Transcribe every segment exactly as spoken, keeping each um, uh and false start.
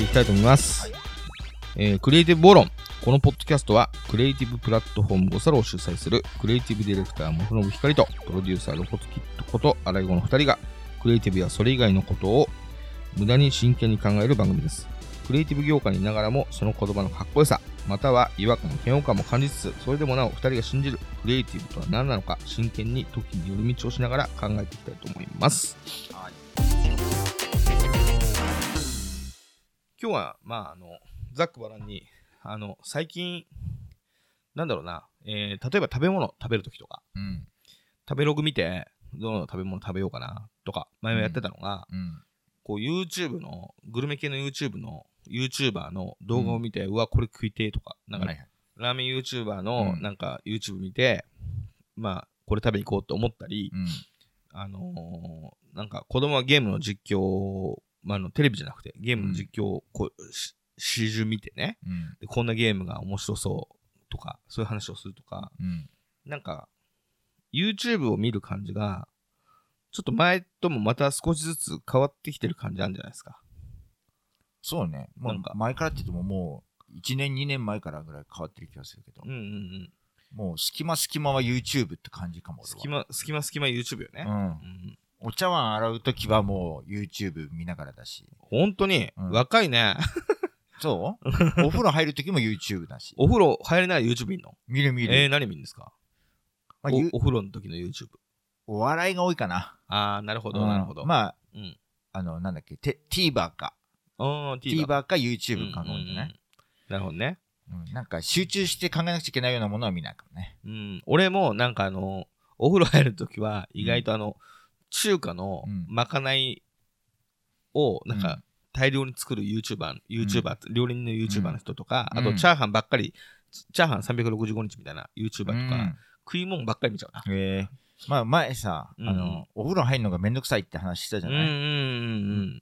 きたいと思います、はい。えー、クリエイティブ暴論。このポッドキャストはクリエイティブプラットフォームゴサロを主催するクリエイティブディレクター元信光とプロデューサーロコツキットこと荒井後のふたりがクリエイティブやそれ以外のことを無駄に真剣に考える番組です。クリエイティブ業界にいながらもその言葉のかっこよさまたは違和感嫌悪感も感じつつ、それでもなおふたりが信じるクリエイティブとは何なのか真剣に時に寄り道をしながら考えていきたいと思います。はい、今日はまああのざっくばらんにあの最近なんだろうな、えー、例えば食べ物食べるときとか、うん、食べログ見てどの食べ物食べようかなとか前はやってたのが、うんうん、こう YouTube のグルメ系の YouTube の YouTuber の動画を見て、うん、うわこれ食いてーとかなんか、ね、はいはい、ラーメン YouTuber のなんか YouTube 見て、うん、まあこれ食べ行こうと思ったり、うん、あのー、なんか子供はゲームの実況、まあ、のテレビじゃなくてゲームの実況をこう、うん始終見てね、うん、でこんなゲームが面白そうとかそういう話をするとか、うん、なんか YouTube を見る感じがちょっと前ともまた少しずつ変わってきてる感じあるんじゃないですか。 そうね、もうなんか前からって言ってももういちねんにねんまえからぐらい変わってる気がするけど、うんうんうん、もう隙間隙間は YouTube って感じかも。 隙間隙間隙間 YouTube よね、うんうん、 お茶碗洗うときはもう YouTube 見ながらだし。 本当に、うん、若いねそうお風呂入るときも YouTube だし。 お風呂入れない YouTube 見るの？見る見る。 えー、何見るんですか？まあ、お, お風呂の時の YouTube。 お笑いが多いかな。 あー、なるほど、うん、なるほど。 まあ、うん、あの、なんだっけ、TVer か。TVer か YouTube かが多いんじゃない？ なるほどね、 うん。なんか集中して考えなくちゃいけないようなものは見ないかもね。 うん。俺もなんかあの、お風呂入るときは意外とあの、うん、中華のまかないをなんか、うん大量に作る YouTuber、YouTuber、うん、料理人の YouTuber の人とか、うん、あとチャーハンばっかり、チャーハンさんびゃくろくじゅうごにちみたいな YouTuber とか、うん、食い物ばっかり見ちゃうな。 へえ。まあ前さ、うん、あの、お風呂入るのがめんどくさいって話したじゃない？うんうんうん。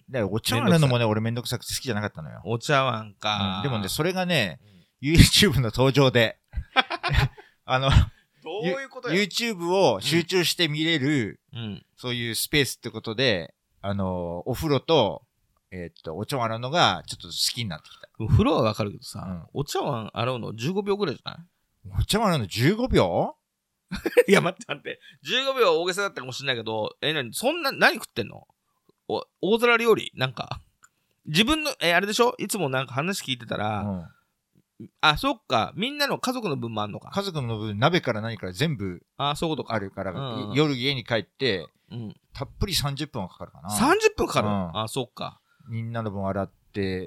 だからお茶碗洗うのもね、俺めんどくさくて好きじゃなかったのよ。 お茶碗か、 うん。でもね、それがね、YouTube の登場で、あの、 どういうことよ？ YouTube を集中して見れる、うん、そういうスペースってことで、あの、お風呂と、えー、っと、お茶碗洗うのがちょっと好きになってきた。 風呂はわかるけどさ、うん、お茶碗洗うのじゅうごびょうぐらいじゃない？ お茶碗洗うのじゅうごびょういや、待って待って。じゅうごびょうは大げさだったかもしれないけど、え、なに、そんな、何食ってんの？お、大皿料理なんか、自分の、え、あれでしょ？いつもなんか話聞いてたら、うん、あ、そっか、みんなの家族の分もあんのか。 家族の分、鍋から何から全部、 あ、そういうことか。 あるから、うんうん、夜家に帰って、うん、たっぷりさんじゅっぷんはかかるかな。 さんじゅっぷんかかる？うん、あ、そっか。 みんなの分洗って、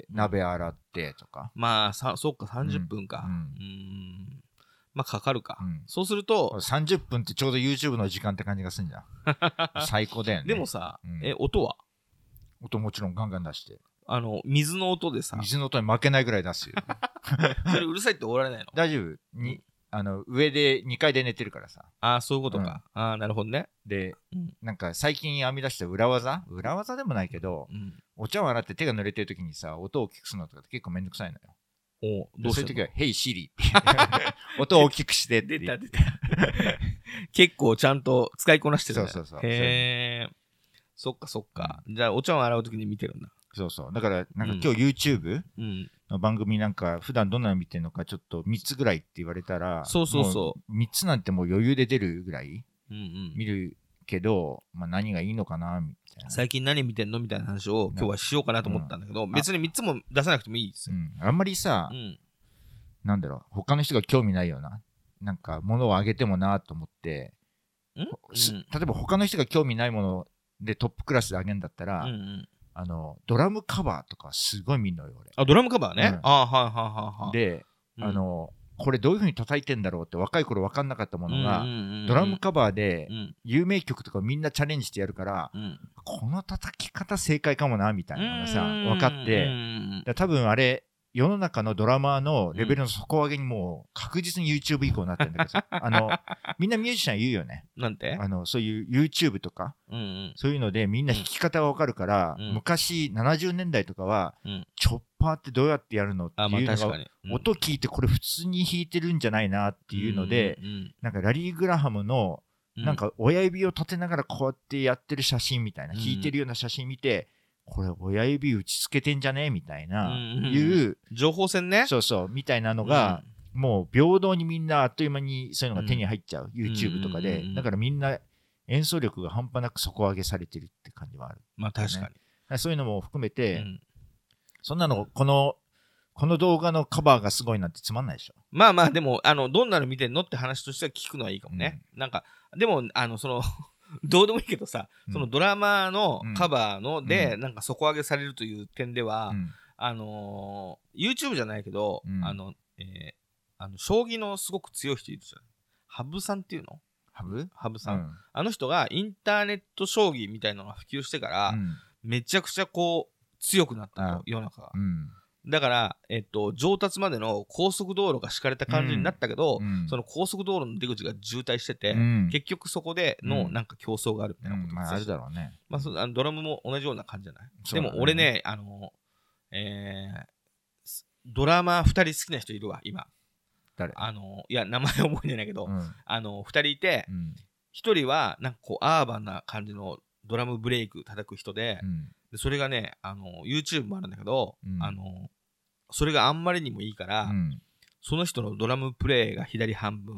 鍋洗ってとか。 まあ、さ、そっか、さんじゅっぷんか。うん。うん、まあ、かかるか、うん。そうすると。 さんじゅっぷんってちょうど YouTube の時間って感じがすんじゃん。最高だよね。 でもさ、うん、え、音は？ 音もちろんガンガン出して。 あの、水の音でさ。 水の音に負けないぐらい出すよ。 それうるさいっておられないの？ 大丈夫。に、あの、上で、にかいで寝てるからさ。 ああ、そういうことか。うん、ああ、なるほどね。 で、うん、なんか最近編み出した裏技裏技でもないけど、うん、お茶を洗って手が濡れてる時にさ、音を大きくするのとかって結構めんどくさいのよ。 おどうそういう時は、ヘイシリって音を大きくしてって。 出た出た。結構ちゃんと使いこなしてるね。 そうそうそう。 へえ。そっかそっか。うん、じゃあお茶を洗う時に見てるんだ。 そうそう。だから、なんか今日 YouTube の番組なんか、普段どんなの見てるのかちょっとみっつぐらいって言われたら、 そうそうそう。 みっつなんてもう余裕で出るぐらい見るけど、まあ何がいいのかなみたいな。 最近何見てんのみたいな話を今日はしようかなと思ったんだけど、うん、別にみっつも出さなくてもいいですよ。 うん、あんまりさ、うん、なんだろう、他の人が興味ないような、なんか物をあげてもなと思って、ん、うん、例えば他の人が興味ないものでトップクラスであげるんだったら、うんうん、あのドラムカバーとかすごい見んのよ俺。 あ、ドラムカバーね。うん、あ、はいはいはいはい。 で、うん、あのこれどういう風に叩いてんだろうって若い頃分かんなかったものが、うんうんうんうん、ドラムカバーで有名曲とかみんなチャレンジしてやるから、うん、この叩き方正解かもなみたいなのがさ分かって、多分あれ世の中のドラマーのレベルの底上げにもう確実に YouTube 以降になってるんだけどさ、あのみんなミュージシャン言うよね。 なんて？ あのそういう YouTube とか、うんうん、そういうのでみんな弾き方が分かるから、うん、昔ななじゅうねんだいとかは、うん、チョッパーってどうやってやるのっていうのが、まあうん、音聞いてこれ普通に弾いてるんじゃないなっていうので、うんうんうん、なんかラリー・グラハムのなんか親指を立てながらこうやってやってる写真みたいな、うん、弾いてるような写真見て、 これ親指打ちつけてんじゃねみたいな、うんうんうん、いう情報戦ね、 そうそうみたいなのが、うん、もう平等にみんなあっという間にそういうのが手に入っちゃう、うん、YouTube とかで、うんうんうん、だからみんな演奏力が半端なく底上げされてるって感じはある、ね、 まあ確かにそういうのも含めて、うん、そんなのこのこの動画のカバーがすごいなんてつまんないでしょ。 まあまあでもあのどんなの見てんのって話としては聞くのはいいかもね、うん、なんかでもあのそのどうでもいいけどさ、うん、そのドラマのカバーので、うん、なんか底上げされるという点では、うん、あのー、YouTube じゃないけど、うん、あの、えー、あの将棋のすごく強い人いるじゃん。羽生さんっていうの？ 羽生？ 羽生さん、うん、あの人がインターネット将棋みたいなのが普及してから、めちゃくちゃこう強くなったと、世の中が。だから、えっと、上達までの高速道路が敷かれた感じになったけど、うん、その高速道路の出口が渋滞してて、うん、結局そこでのなんか競争があるみたいなことが、うん、まあ、あるだろうね。 まあ、そあのドラムも同じような感じじゃない、でも俺ね、あの、えー、ドラマーふたり好きな人いるわ、今。 誰？ あの、いや、名前覚えてないけど、うん、あの、ふたりいて、ひとりはなんかこう、アーバンな感じのドラムブレイク叩く人で、うんでそれがね、あの YouTube もあるんだけど、うん、あのそれがあんまりにもいいから、うん、その人のドラムプレイが左半分、うん、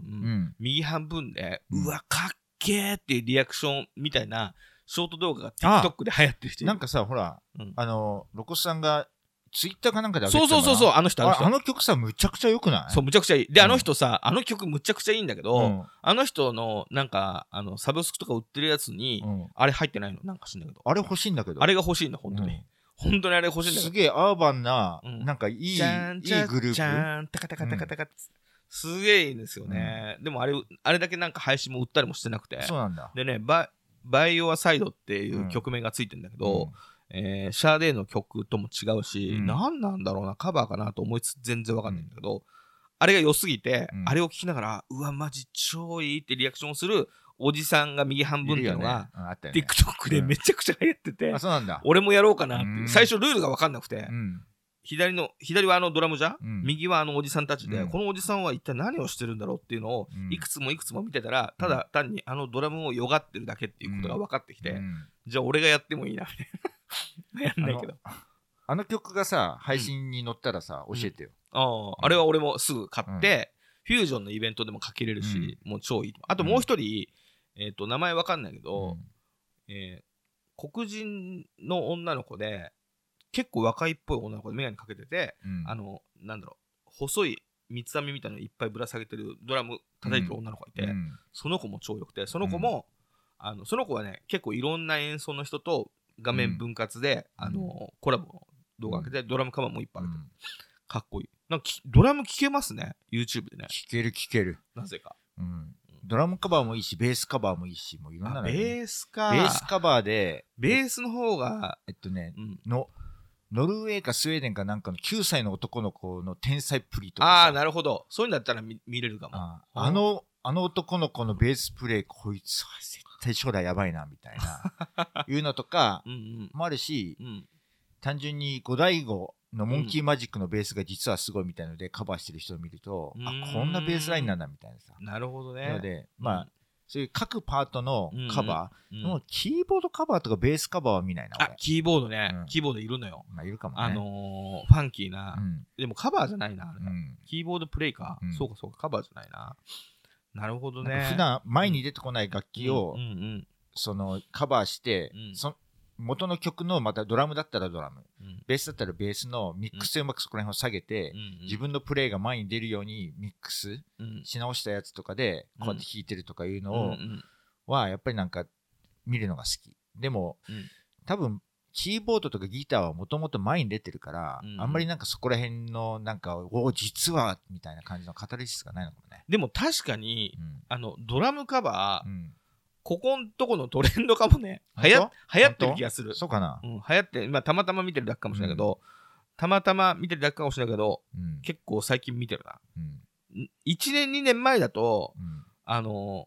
右半分で、うん、うわかっけーっていうリアクションみたいなショート動画が TikTok で流行ってる人いる。 なんかさほら、うん、あのロコスさんがツイッターかなんかで上げてたそうそうそうそうあの人あの人あの曲さむちゃくちゃ良くない？ そうむちゃくちゃいいで、うん、あの人さあの曲むちゃくちゃいいんだけど、うん、あの人のなんかあのサブスクとか売ってるやつに、うん、あれ入ってないのなんか知んだけどあれ欲しいんだけどあれが欲しいんだ本当に、うん、本当にあれ欲しいんだけどすげえアーバンな、うん、なんかいいいいグループじゃんタカタカタカタカ、うん、すげえいいんですよね、うん、でもあれあれだけなんか配信も売ったりもしてなくてそうなんだでねババイオアサイドっていう曲名がついてんだけど、うんえー、シャーデーの曲とも違うし、うん、何なんだろうなカバーかなと思いつつ全然わかんないんだけど、うん、あれが良すぎて、うん、あれを聞きながらうわマジ超いいってリアクションするおじさんが右半分っていうのが、ねね、TikTok でめちゃくちゃ流行ってて、うん、 あそうなんだ俺もやろうかなっていう最初ルールが分かんなくて、うん、左の左はあのドラムじゃん、うん、右はあのおじさんたちで、うん、このおじさんは一体何をしてるんだろうっていうのをいくつもいくつも見てたら、ただ単にあのドラムをよがってるだけっていうことが分かってきて、うん、じゃあ俺がやってもいいなみたいなやんないけどあ, あの曲がさ配信に載ったらさ、うん、教えてよ、 うん、あ, あれは俺もすぐ買って、うん、フュージョンのイベントでもかけれるし、うん、もう超いい。あともう一人、うん、えーと名前わかんないけど、うんえー、黒人の女の子で結構若いっぽい女の子で眼鏡かけてて、うん、あのなんだろう細い三つ編みみたいなのいっぱいぶら下げてるドラム叩いてる女の子がいて、うん、その子も超良くてその子も、うん、あのその子はね結構いろんな演奏の人と画面分割で、うん、あのコラボの動画上げて、うん、ドラムカバーもいっぱいある、うん、かっこいい。なんかドラム聴けますね YouTube でね。 聴ける聴けるなぜか、 うん、ドラムカバーもいいしベースカバーもいいしもういろんなの、 ね、ベースかベースカバーでベースの方がえっとね、うん、のノルウェーかスウェーデンかなんかのきゅうさいの男の子の天才プリとかああなるほどそういうんだったら 見, 見れるかも。 ああのあの男の子のベースプレイこいつは絶対将来やばいなみたいないうのとかもあるし、うんうん、単純にゴダイゴのモンキーマジックのベースが実はすごいみたいのでカバーしてる人を見ると、うん、あこんなベースラインなんだみたいなさ。 なるほどね。 なのでまあ、うん、そういう各パートのカバー、うんうん、もうキーボードカバーとかベースカバーは見ないな俺。 あキーボードね、うん、キーボードいるのよ。 まあいるかもね。 あのー、ファンキーな、うん、でもカバーじゃないな、うん、キーボードプレイか、うん、そうかそうかカバーじゃないな。なるほどね。 普段前に出てこない楽器を、うんうんうん、そのカバーして、うん、そ元の曲のまたドラムだったらドラム、うん、ベースだったらベースのミックスでうまくそこら辺を下げて、うん、自分のプレイが前に出るようにミックスし直したやつとかでこうやって弾いてるとかいうのを、うん、はやっぱりなんか見るのが好き。でも、うん、多分キーボードとかギターはもともと前に出てるから、うん、あんまりなんかそこら辺のなんかお実はみたいな感じのカタルシスがないのかもね。 でも確かに、うん、あのドラムカバー、うん、ここんとこのトレンドかもねはや流行ってる気がする。 そうかな、 うん、流行って、まあ、たまたま見てるだけかもしれないけど、うん、たまたま見てるだけかもしれないけど、うん、結構最近見てるな、うん、いちねんにねんまえだと、うん、あの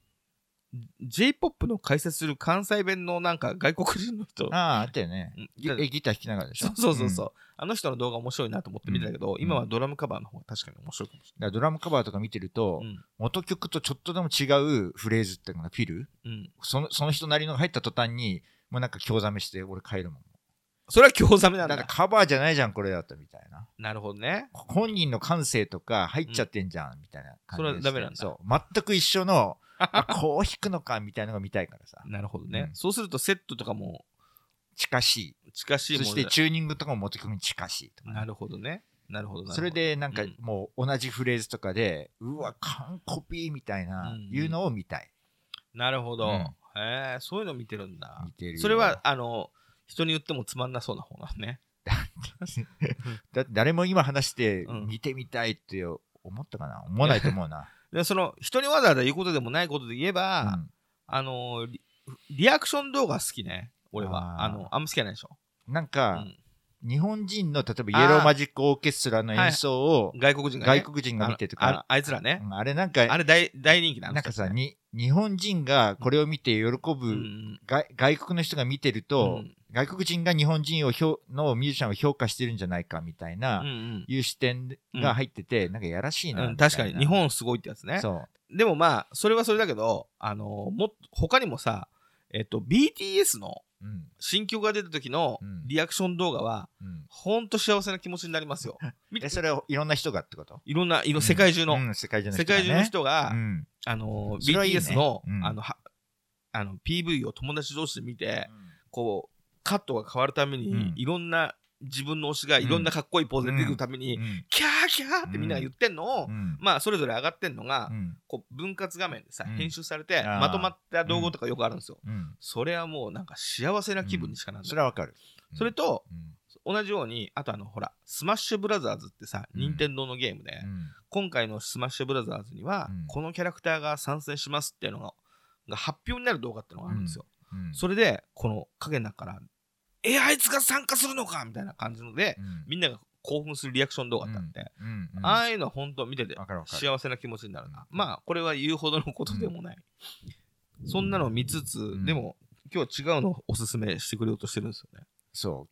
J-ポップ の解説する関西弁のなんか外国人の人あああったよね、ギ, えギター弾きながらでしょ。 そうそうそう、うん、あの人の動画面白いなと思って見てたけど、うん、今はドラムカバーの方が確かに面白いかもしれない。 だからドラムカバーとか見てると、うん、元曲とちょっとでも違うフレーズっていうのがフィル、うん、そのその人なりのが入った途端にもうなんか興ざめして俺帰るもん。 それは興ざめなんだ。 だってカバーじゃないじゃんこれだとみたいな。 なるほどね。 本人の感性とか入っちゃってんじゃん、うん、みたいな感じで、 それはダメなんだ。 そう全く一緒のあこう弾くのかみたいなのが見たいからさ。 なるほどね、 うん、 そうするとセットとかも近しい近しいものそしてチューニングとかも元曲に近しいとか、 ね、なるほどねなるほど。 それでなんかもう同じフレーズとかで、うん、うわ完コピーみたいな、うん、いうのを見たい。 なるほど、うん、へえそういうの見てるんだ。 見てるよ。 それはあの人に言ってもつまんなそうな方なんねだって誰も今話して見てみたいって思ったかな、思わないと思うなでその人にわざわざ言うことでもないことで言えば、うん、あの リ, リアクション動画好きね俺は。あのあんま好きじゃないでしょ。 なんか、うん、日本人の例えばイエローマジックオーケストラの演奏を、 はい、外国人が、 ね、外国人が見てとかあ, あいつらね、 うん、あれなんかあれ 大, 大人気なんですよ。 なんかさに日本人がこれを見て喜ぶ、うん、外, 外国の人が見てると、うん、外国人が日本人をのミュージシャンを評価してるんじゃないかみたいな、うんうん、いう視点が入ってて、うん、なんかやらしいな、 うん、確かに日本すごいってやつね。そうでもまあそれはそれだけど、あのも他にもさ、えっと、ビーティーエス の新曲が出た時のリアクション動画は、うん、ほんと幸せな気持ちになりますよ。 えそれはいろんな人がってこと？ いろんな、うん、世界中の、 うん、世界中の人が、ね、 世界中の人が、うん、あの ビーティーエス の、 いいね、 あのあの ピーブイ を友達同士で見て、うん、こうカットが変わるために、うん、いろんな自分の推しがいろんなかっこいいポーズで出てくるために、うん、キャーキャーってみんなが言ってんのを、うん、まあそれぞれ上がってんのが、うん、こう分割画面でさ、うん、編集されてまとまった動画とかよくあるんですよ、うん、それはもうなんか幸せな気分にしかならない、 それはわかる、 うん、それと、うん、同じようにあとあのほらスマッシュブラザーズってさ、うん、任天堂のゲームで、うん、今回のスマッシュブラザーズには、うん、このキャラクターが参戦しますっていうのが、が発表になる動画っていうのがあるんですよ、うんうん、それでこの影の中からえあいつが参加するのかみたいな感じので、うん、みんなが興奮するリアクション動画だって、うんうんうん、ああいうのは本当見てて幸せな気持ちになるな。まあこれは言うほどのことでもない、うん、そんなのを見つつ、うん、でも今日は違うのをおすすめしてくれようとしてるんですよね。 そう、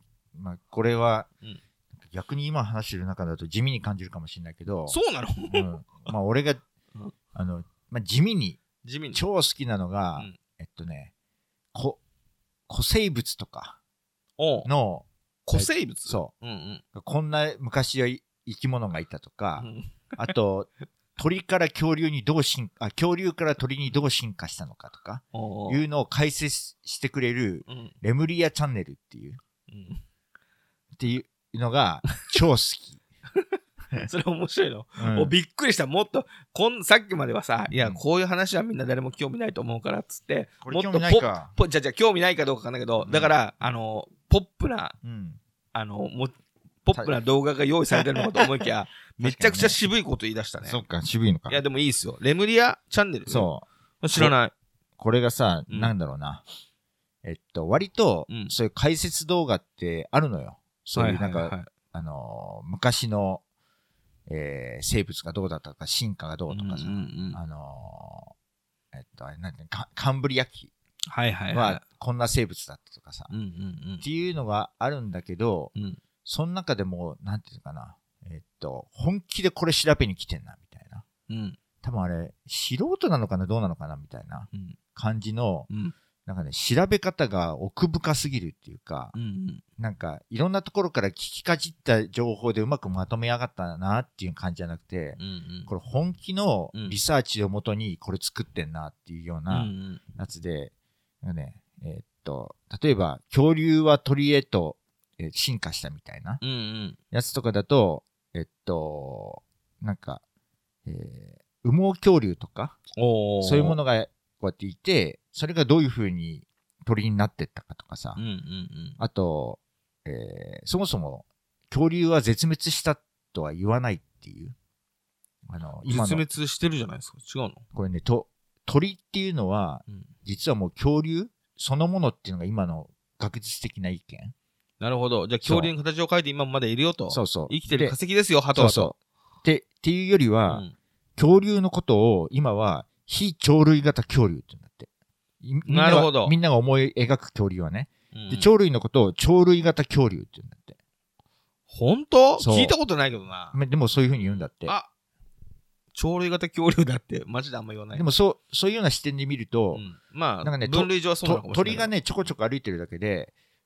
まあ、これは、うん、逆に今話してる中だと地味に感じるかもしれないけど、 そうなの、 うん、まあ俺が、うん、あのまあ、地味に地味に超好きなのが、うん、えっとねこ古生物とかの古生物、 そう、うんうん、こんな昔は生き物がいたとか、うん、あと鳥から恐竜にどう進あ恐竜から鳥にどう進化したのかとかいうのを解説してくれる、うん、レムリアチャンネルっていう、うん、っていうのが超好きそれ面白いの、うん、おびっくりした。もっとこんさっきまではさ、いや、うん、こういう話はみんな誰も興味ないと思うからっつってもっとポッポじゃじゃ興味ないかどうかわかんないけど、うん、だからあのポップな、うん、あのもポップな動画が用意されてるのかと思いきやめちゃくちゃ渋いこと言い出したね。 そっか、渋いのか。 いやでもいいっすよ。レムリアチャンネル。 そう知らない。 これがさ、うん、なんだろうな、えっと割と、うん、そういう解説動画ってあるのよ。そういうなんか、はいはいはい、あのー、昔のえー、生物がどうだったとか進化がどうとかさ、うんうんうん、あのー、えっとあれなんていうのカンブリア紀はこんな生物だったとかさ、うんうんうん、っていうのがあるんだけど、うん、その中でもなんていうのかな、えっと本気でこれ調べに来てんなみたいな、うん、多分あれ素人なのかなどうなのかなみたいな感じの、うん、なんかね調べ方が奥深すぎるっていうか、うんうん、なんかいろんなところから聞きかじった情報でうまくまとめやがったなっていう感じじゃなくて、うんうん、これ本気のリサーチをもとにこれ作ってんなっていうようなやつで、うんうんねえー、っと例えば恐竜は鳥へと、えー、進化したみたいなやつとかだと、えっとなんか、えー、羽毛恐竜とかそういうものがこうやっていて、それがどういう風に鳥になってったかとかさ、うんうんうん、あと、えー、そもそも恐竜は絶滅したとは言わないっていう、 あの今の絶滅してるじゃないですか。違うの？ これねと鳥っていうのは、うん、実はもう恐竜そのものっていうのが今の学術的な意見。 なるほど。じゃあ恐竜の形を変えて今までいるよと。 そうそう。 生きてる化石ですよ。ハトはと。 そうそうってっていうよりは、うん、恐竜のことを今は非鳥類型恐竜って言うんだって。 なるほど。 みんなが思い描く恐竜はね、うん、で鳥類のことを鳥類型恐竜って言うんだって。 本当？聞いたことないけどな。 でもそういう風に言うんだって。 あ、鳥類型恐竜だってマジであんま言わない。 でもそうそういうような視点で見ると、 うん、まあなんかね分類上はそうなのかもしれない。 鳥がねちょこちょこ歩いてるだけで、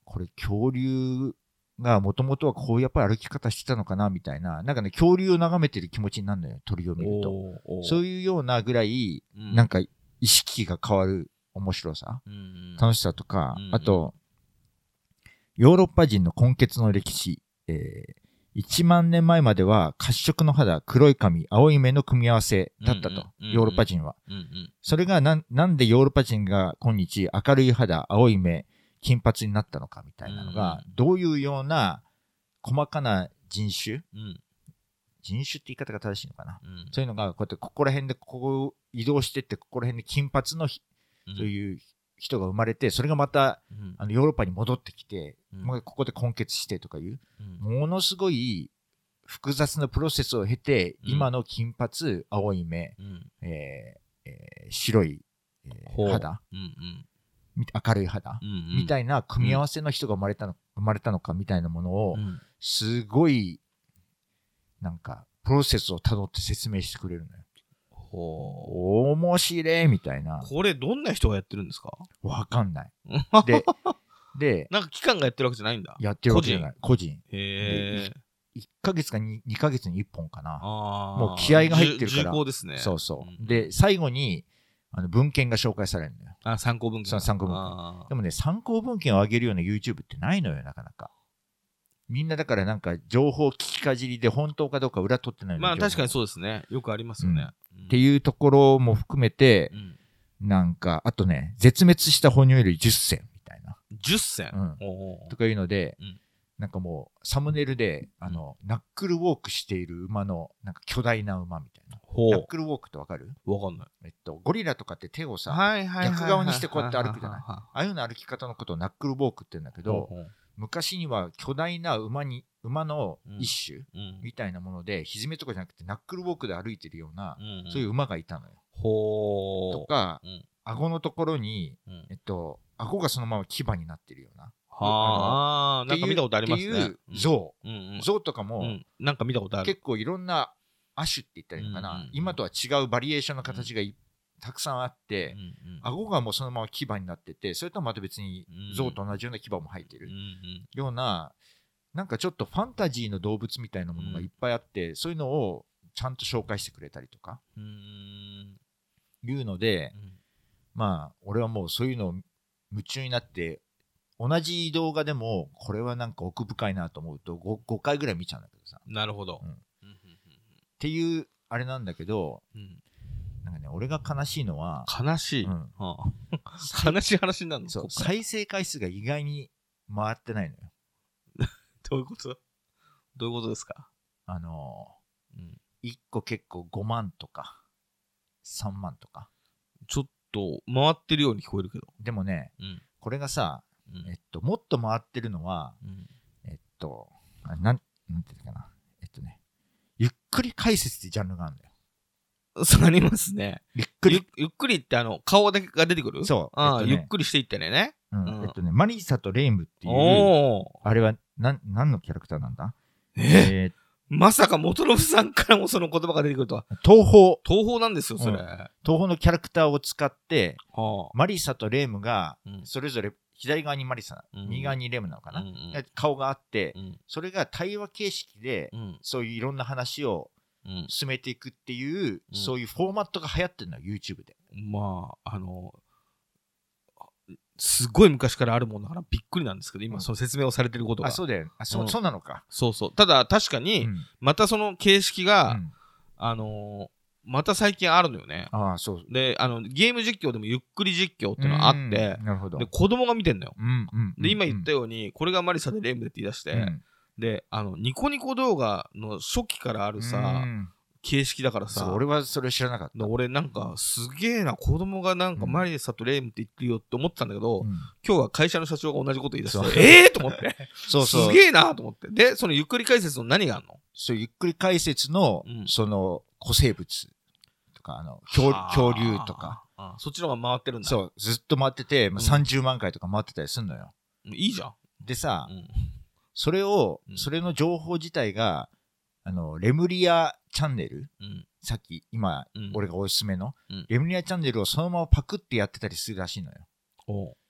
これ恐竜がもともとはこうやっぱり歩き方してたのかなみたいな、なんかね、恐竜を眺めてる気持ちになるのよ、鳥を見ると。そういうようなぐらい、うん、なんか意識が変わる面白さ、うん、楽しさとか、うん、あと、ヨーロッパ人の根血の歴史、えー、いちまんねんまえまでは褐色の肌、黒い髪、青い目の組み合わせだったと、うんうん、ヨーロッパ人は。うんうん、それがな、なんでヨーロッパ人が今日明るい肌、青い目、金髪になったのかみたいなのが、うん、どういうような細かな人種、うん、人種って言い方が正しいのかな、うん、そういうのがこうやってここら辺でここ移動してってここら辺で金髪の、うん、そういう人が生まれて、それがまた、うん、あのヨーロッパに戻ってきて、うん、ここで根血してとかいう、うん、ものすごい複雑なプロセスを経て、うん、今の金髪、青い目、うんえーえー、白い、えー、肌、うんうん明るい肌、うんうん、みたいな組み合わせの人が生まれたの、うん、生まれたのかみたいなものを、うん、すごいなんかプロセスをたどって説明してくれるのよ。ほう面白いみたいな。 これどんな人がやってるんですか？ わかんない。で、でなんか機関がやってるわけじゃないんだ。 やってるわけじゃない。個人。 へー。いっかげつか 2, 2ヶ月にいっぽんかな。もう気合が入ってるから。 重厚ですね。 そうそう。うん、で最後にあの文献が紹介されるのよ。 あ、参考文献。 参考文献。でもね、参考文献を上げるような YouTube ってないのよ、なかなか。みんなだからなんか情報聞きかじりで本当かどうか裏取ってないの。 まあ確かにそうですね。よくありますよね。 うん、っていうところも含めて、うん、なんか、あとね、絶滅した哺乳類じゅっせんみたいな。 じゅっせん、うん、 おとかいうので、うん、なんかもうサムネイルで、あの、ナックルウォークしている馬の、なんか巨大な馬みたいな。ナックルウォークってわかる？ わかんない。 えっと、ゴリラとかって手をさ、 はいはいはいはい、 逆側にしてこうやって歩くじゃない？ああいうような歩き方のことをナックルウォークって言うんだけど、昔には巨大な馬に、馬の一種みたいなもので、ひづめとかじゃなくてナックルウォークで歩いてるような、うんうん、そういう馬がいたのよ。 ほー。 とか、 うん、 顎のところに、うん、えっと、顎がそのまま牙になってるような。 はあ、なんか見たことありますね。 っていう象、うんうんうん、象とかも、うん、 なんか見たことある。 結構いろんな亜種って言ったらいいのかな、うんうんうん、今とは違うバリエーションの形がい、うん、たくさんあって、うんうん、顎がもうそのまま牙になってて、それとまた別に象と同じような牙も入ってる、うんうん、ような、なんかちょっとファンタジーの動物みたいなものがいっぱいあって、うん、そういうのをちゃんと紹介してくれたりとか、うん、いうので、うん、まあ俺はもうそういうのを夢中になって、同じ動画でもこれはなんか奥深いなと思うと 5, ごかいぐらい見ちゃうんだけどさ。 なるほど、うん、 っていうあれなんだけど、うん、なんかね、俺が悲しいのは悲しい、うんはあ、悲しい話になるの？ そう、再生回数が意外に回ってないのよ。 どういうこと？どういうことですか？ あのーうん、いっこ結構ごまんとかさんまんとかちょっと回ってるように聞こえるけど、 でもね、うん、これがさ、うん、えっともっと回ってるのは、うん、えっとなんなんていうかな、えっとねゆっくり解説ってジャンルがあるんだよ。 そうありますね。 ゆっくりゆ, ゆっくりってあの顔だけが出てくる？ そう、 あ、 えっとね、 ゆっくりしていってね、 うんうん、えっとねマリサとレイムっていうあれはな何のキャラクターなんだ？ えー、えー、まさか元信さんからもその言葉が出てくるとは。 東宝東宝なんですよそれ、うん、 東宝のキャラクターを使って、はあ、マリサとレイムがそれぞれ左側にマリサ、うん、右側にレムなのかな、うんうん、顔があって、うん、それが対話形式で、うん、そういういろんな話を進めていくっていう、うん、そういうフォーマットが流行ってるのよ YouTube で。 まああのすごい昔からあるものだからびっくりなんですけど、今その説明をされてることが、 あ、そうだよ、あ、そ、うん、そうなのか。 そうそう。ただ確かに、うん、またその形式が、うん、あのー、また最近あるのよね。 ああ、そう。 で、あのゲーム実況でもゆっくり実況っていうのがあって、 なるほど。 で子供が見てんのよ。 うんうん、 で今言ったように、これがマリサでレイムでって言い出して、うん、であのニコニコ動画の初期からあるさ。うん形式だからさ、 俺はそれ知らなかった。 俺なんかすげえな、子供がなんかマリサとレイムって言ってるよって思ってたんだけど、うん、今日は会社の社長が同じこと言い出して、ええー、と思ってそうそうすげえなと思って。でそのゆっくり解説の何があるの？ そうゆっくり解説の、うん、その古生物とかあの 恐, 恐竜とか、 ああそっちの方が回ってるんだ。 そうずっと回ってて、まあ、さんじゅうまんかいとか回ってたりすんのよ、 うん、いいじゃん。 でさ、うん、それを、うん、それの情報自体があのレムリアチャンネル、うん、さっき今、うん、俺がおすすめの、うん、レムリアチャンネルをそのままパクってやってたりするらしいのよ。お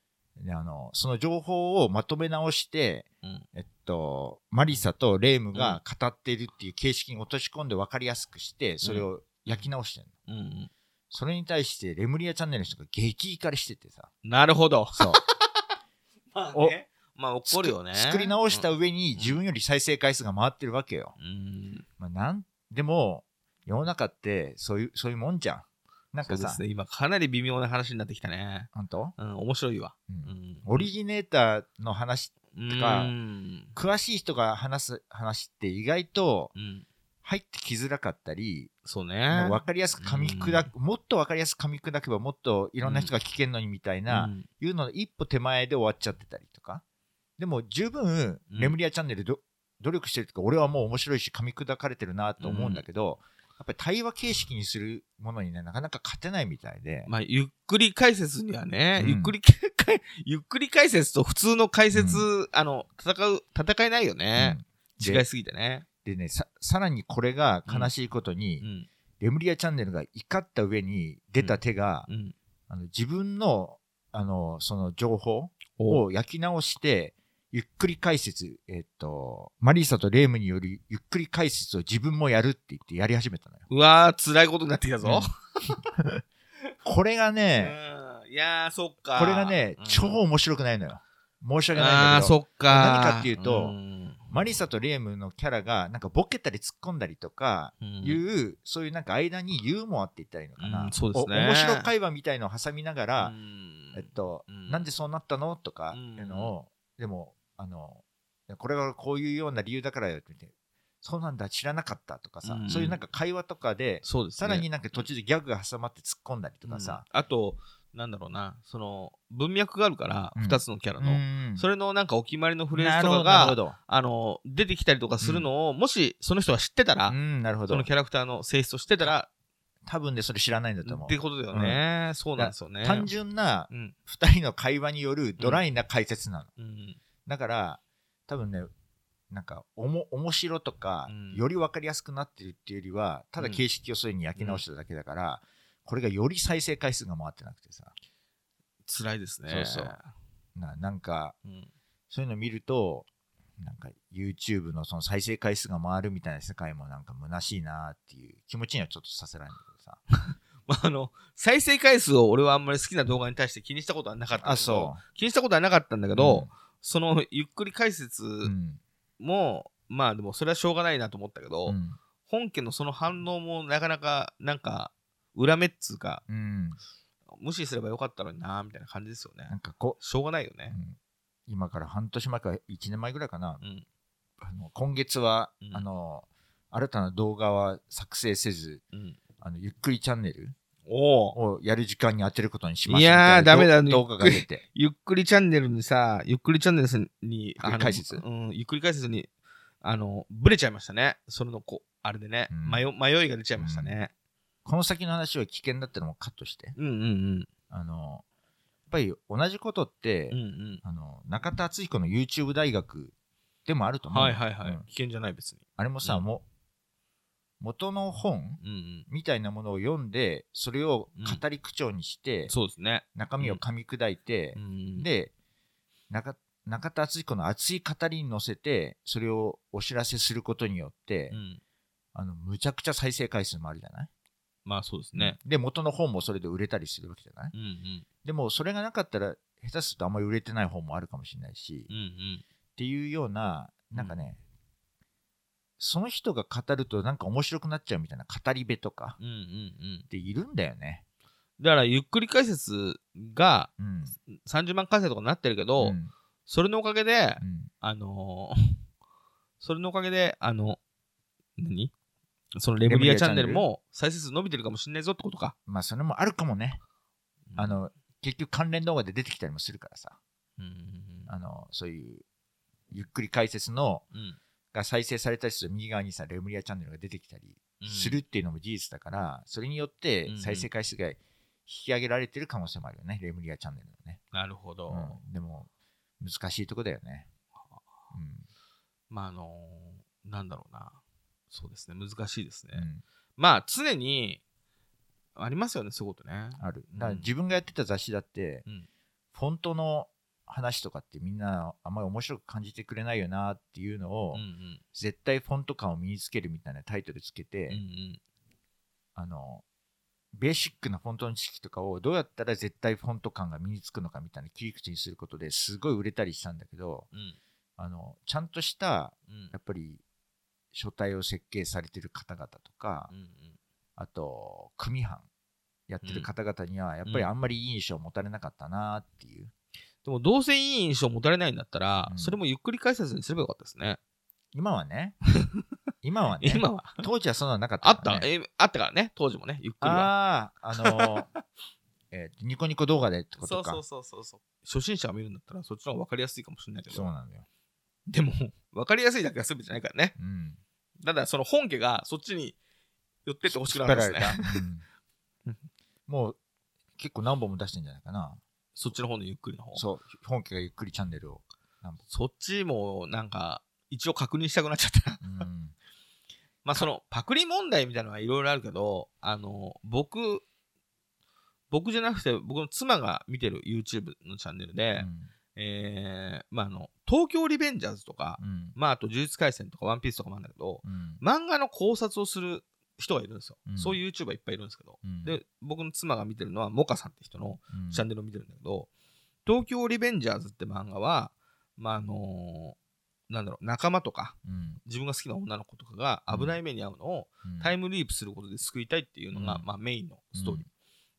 であのその情報をまとめ直して、 うん、 えっと、マリサとレイムが語っているっていう形式に落とし込んで分かりやすくしてそれを焼き直してるの、うんうん、それに対してレムリアチャンネルの人が激怒りしててさ。 なるほど。 そうまあね、まあ怒るよね。 作り直した上に自分より再生回数が回ってるわけよ、うんまあ、なんでも世の中ってそういうそういうもんじゃん。なんかさ、 そうですね、今かなり微妙な話になってきたね。 本当？ うん、面白いわ、 うんうん、オリジネーターの話とか詳しい人が話す話って意外と入ってきづらかったり、 そうね、 分かりやすく噛み砕く、もっと分かりやすく噛み砕けばもっといろんな人が聞けるのにみたいな、うん、いうのの一歩手前で終わっちゃってたりとか。でも十分レムリアチャンネルど努力してるとか、俺はもう面白いし噛み砕かれてるなと思うんだけど、やっぱり対話形式にするものにねなかなか勝てないみたいで、 まあゆっくり解説にはね、うん、ゆっくりゆっくり解説と普通の解説、うん、あの戦う戦えないよね、うん、違いすぎてね。 でね さ, さらにこれが悲しいことに、うんうん、レムリアチャンネルが怒った上に出た手が、うんうん、あの自分のあのその情報を焼き直してゆっくり解説、えっと、マリーサとレイムによるゆっくり解説を自分もやるって言ってやり始めたのよ。 うわー、辛いことになってきたぞ。 うん、これがね、 いやー、そっか。 これがね、うん、超面白くないのよ。申し訳ないんだけど。 あー、そっか。 何かっていうと、うん、マリーサとレイムのキャラがなんかボケたり突っ込んだりとかいう、うん、そういうなんか間にユーモアって言ったらいいのかな。うん、そうですね。面白会話みたいのを挟みながら、うん、えっと、うん、なんでそうなったのとかいうのを、でも、あのこれはこういうような理由だからよって言って、そうなんだ知らなかったとかさ、うん、そういうなんか会話とかで、そうですね、さらになんか途中でギャグが挟まって突っ込んだりとかさ、 うん、あとなんだろうな、その文脈があるからふたつのキャラの、うん、それのなんかお決まりのフレーズとかがあの出てきたりとかするのを、うん、もしその人が知ってたら、うん、なるほど、そのキャラクターの性質を知ってたら多分ねそれ知らないんだと思うってことだよね、うん、そうなんですよね。 単純なふたりの会話によるドライな解説なの、うんうん、だから多分ねなんかおも面白とか、うん、より分かりやすくなってるっていうよりはただ形式をそういう風に焼き直しただけだから、うん、これがより再生回数が回ってなくてさ辛いですね。 そうそうな、なんか、うん、そういうの見るとなんか YouTube のその再生回数が回るみたいな世界もなんか虚しいなっていう気持ちにはちょっとさせられるんだけどさまあ、あの再生回数を俺はあんまり好きな動画に対して気にしたことはなかったんだけど、あ、そう気にしたことはなかったんだけど、うん、そのゆっくり解説も、うん、まあでもそれはしょうがないなと思ったけど、うん、本家のその反応もなかなかなんか裏目っつうか、うん、無視すればよかったのになみたいな感じですよね。なんかこうしょうがないよね、 うん、今から半年前かいちねんまえぐらいかな、うん、あの今月は、うん、あの新たな動画は作成せず、うん、あのゆっくりチャンネルをやる時間に当てることにしますみたいな。いやーダメだ、動画が出てゆっくりチャンネルにさゆっくりチャンネルにゆっくり解説、 うん、ゆっくり解説にあのブレちゃいましたね。それのこあれでね、うん、迷, 迷いが出ちゃいましたね、 うん、この先の話は危険だってのもカットして、うんうんうん、あのやっぱり同じことって、うんうん、あの中田敦彦の YouTube 大学でもあると思う。 はいはいはい、うん、危険じゃない別に。 あれもさ、うん、も元の本みたいなものを読んでそれを語り口調にして、 うん、そうですね、 中身を噛み砕いて、うん、で 中, 中田敦彦の熱い語りに乗せてそれをお知らせすることによって、うん、あのむちゃくちゃ再生回数もあるじゃない。 まあそうですね。 で元の本もそれで売れたりするわけじゃない、うんうん、でもそれがなかったら下手するとあんまり売れてない本もあるかもしれないし、うんうん、っていうようななんかね、うん、その人が語るとなんか面白くなっちゃうみたいな語り部とかっているんだよね。 だからゆっくり解説がさんじゅうまん回再とかになってるけど、うん、それのおかげで、うん、あのー、それのおかげであの何そのレムリアチャンネルも再生数伸びてるかもしれないぞってことか。 まあそれもあるかもね、うん、あの結局関連動画で出てきたりもするからさ、うんうんうん、あのそういうゆっくり解説の、うんが再生されたりする右側にさレムリアチャンネルが出てきたりするっていうのも事実だから、うん、それによって再生回数が引き上げられてる可能性もあるよね、レムリアチャンネルのね。 なるほど、 うん、でも難しいとこだよね、 うん、まああのー、なんだろうな、そうですね、難しいですね、うん、まあ常にありますよねそういうことね。 ある。だから自分がやってた雑誌だって、うん、フォントの話とかってみんなあんまり面白く感じてくれないよなっていうのを、 うんうん、 絶対フォント感を身につけるみたいなタイトルつけて、 うんうん、 あのベーシックなフォントの知識とかをどうやったら絶対フォント感が身につくのかみたいな切り口にすることですごい売れたりしたんだけど、 うん、 あのちゃんとした、 うん、 やっぱり書体を設計されてる方々とか、 うんうん、 あと組版やってる方々にはやっぱりあんまりいい印象を持たれなかったなっていう、 でもどうせいい印象を持たれないんだったら、 うん、 それもゆっくり解説にすればよかったですね。 今はね今はね今は当時はそんなのなかったから、ね、 あった、えあったからね、当時もね、ゆっくりは。 あああのー、えー、ニコニコ動画でってことか。 そうそうそうそう。初心者が見るんだったらそっちの方が分かりやすいかもしれないけど、 そうなんだよ。 でも分かりやすいだけが全てじゃないからね。 うん、 ただその本家がそっちに寄ってってほしくなるんですね。 うん、もう結構何本も出してんじゃないかな。 そっちの方のゆっくりの方。 そう、本家がゆっくりチャンネルを。 そっちもなんか一応確認したくなっちゃった。うん、まあそのパクリ問題みたいなのはいろいろあるけど、あの僕僕じゃなくて僕の妻が見てる YouTube のチャンネルで、うん、えー、まああの東京リベンジャーズとか、うん、まああと呪術廻戦とかワンピースとかもあるんだけど、うん、漫画の考察をする人がいるんですよ、うん、そういう YouTuber いっぱいいるんですけど、うん、で僕の妻が見てるのはモカさんって人のチャンネルを見てるんだけど、うん、東京リベンジャーズって漫画はまああのー、なんだろう仲間とか、うん、自分が好きな女の子とかが危ない目に遭うのをタイムリープすることで救いたいっていうのが、うん、まあ、メインのストーリー、うん、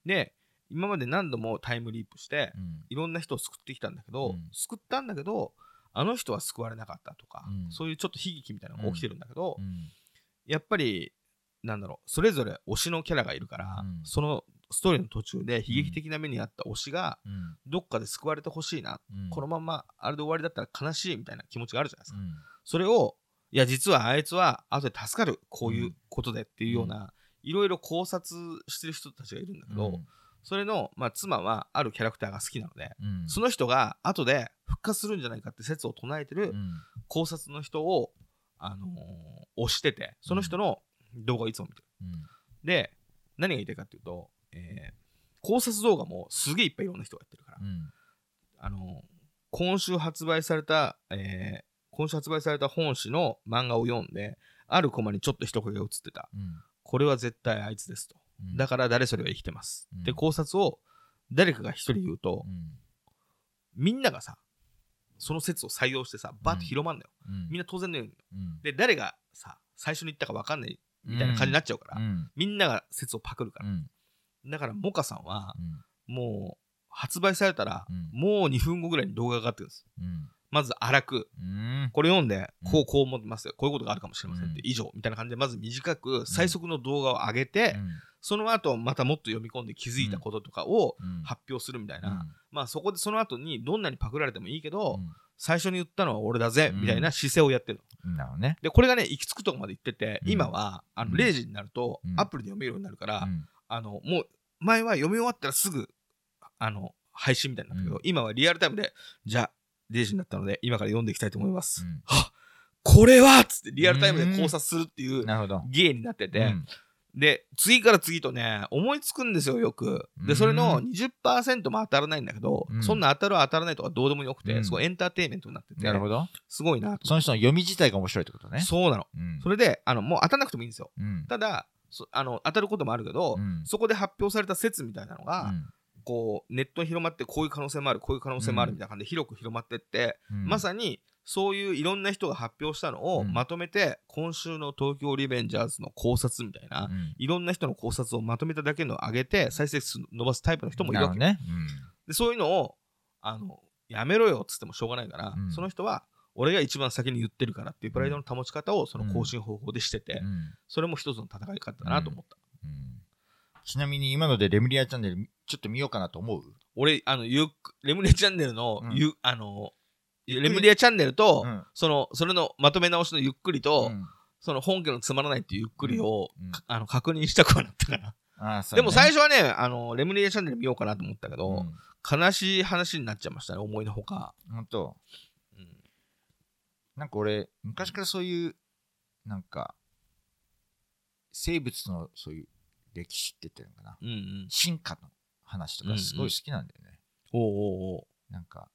で今まで何度もタイムリープして、うん、いろんな人を救ってきたんだけど、うん、救ったんだけどあの人は救われなかったとか、うん、そういうちょっと悲劇みたいなのが起きてるんだけど、うん、やっぱりなんだろうそれぞれ推しのキャラがいるから、うん、そのストーリーの途中で悲劇的な目にあった推しが、うん、どっかで救われてほしいな、うん、このままあれで終わりだったら悲しいみたいな気持ちがあるじゃないですか、うん、それをいや実はあいつは後で助かるこういうことでっていうような、いろいろ考察してる人たちがいるんだけど、うん、それの、まあ、妻はあるキャラクターが好きなので、うん、その人が後で復活するんじゃないかって説を唱えてる考察の人を、あのー、推しててその人の動画をいつも見てる、うん、で何が言いたいかっていうと、えー、考察動画もすげえいっぱいいろんな人がやってるから、うん、あのー、今週発売された、えー、今週発売された本誌の漫画を読んであるコマにちょっと一影が映ってた、うん、これは絶対あいつですと、うん、だから誰それは生きてます、うん、で考察を誰かが一人言うと、うん、みんながさその説を採用してさバーッと広まんのよ、うん、みんな当然のように、うん、で誰がさ最初に言ったか分かんないみたいな感じになっちゃうから、うん、みんなが説をパクるから、うん、だからモカさんは、うん、もう発売されたら、うん、もうにふんごぐらいに動画が上がってるんです、うん、まず荒く、うん、これ読んでこうこう思ってますよ、こういうことがあるかもしれませんって、うん、以上みたいな感じでまず短く最速の動画を上げて、うん、その後またもっと読み込んで気づいたこととかを発表するみたいな、うん、まあそこでその後にどんなにパクられてもいいけど、うん最初に言ったのは俺だぜ、うん、みたいな姿勢をやってるの、なるほどね、でこれがね行き着くとこまで行ってて、うん、今はあのれいじになると、うん、アプリで読めるようになるから、うん、あのもう前は読み終わったらすぐあの配信みたいになったけど、うん、今はリアルタイムでじゃあれいじになったので今から読んでいきたいと思います、うん、はっこれはっつってリアルタイムで考察するっていう芸になってて、うんで次から次とね思いつくんですよよくでそれの にじゅっパーセント も当たらないんだけど、うん、そんな当たる当たらないとかどうでもよくて、うん、すごいエンターテインメントになっててなるほどすごいなとその人の読み自体が面白いってことねそうなの、うん、それであのもう当たらなくてもいいんですよ、うん、ただあの当たることもあるけど、うん、そこで発表された説みたいなのが、うん、こうネットに広まってこういう可能性もあるこういう可能性もあるみたいな感じで広く広まってって、まさにそういういろんな人が発表したのをまとめて、うん、今週の東京リベンジャーズの考察みたいな、うん、いろんな人の考察をまとめただけのを上げて再生数伸ばすタイプの人もいるわけ、ねうん、でそういうのをあのやめろよっつってもしょうがないから、うん、その人は俺が一番先に言ってるからっていうプライドの保ち方をその更新方法でしてて、うん、それも一つの戦い方だなと思った、うんうん、 ちなみに今のでレムリアチャンネルちょっと見ようかなと思う俺あのゆレムリアチャンネルの、ゆあのレムリアチャンネルと、うん、そのそれのまとめ直しのゆっくりと、うん、その本家のつまらないっていうゆっくりを、うん、あの確認したくはなったかなあ、ね、でも最初はねあのレムリアチャンネル見ようかなと思ったけど、うん、悲しい話になっちゃいましたね思いのほかほんと、うん、なんか俺昔からそういうなんか生物のそういう歴史って言ってるのかな、うんうん、進化の話とかすごい好きなんだよね、うんうん、おうおうおうなんか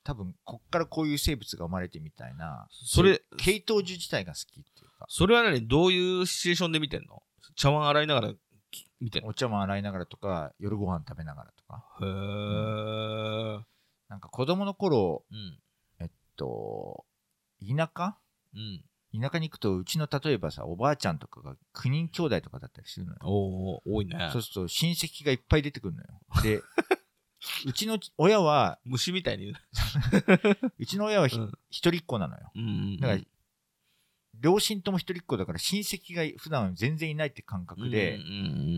多分こっからこういう生物が生まれてみたいな、 それ系統樹自体が好きっていうか。 それは何、どういうシチュエーションで見てんの？茶碗洗いながら見てんの？ お茶碗洗いながらとか、夜ご飯食べながらとか。 へー、うん、 なんか子供の頃、 うん、 えっと田舎、 うん、 田舎に行くと、うちの例えばさ、おばあちゃんとかがきゅうにん兄弟とかだったりするのよ。 おー、多いね。 そうすると親戚がいっぱい出てくるのよ。でうちの親は虫みたいに言ううちの親はひ、 うん、 一人っ子なのよ。 うんうんうん、 だから両親とも一人っ子だから親戚が普段全然いないって感覚で、 うんうんうん、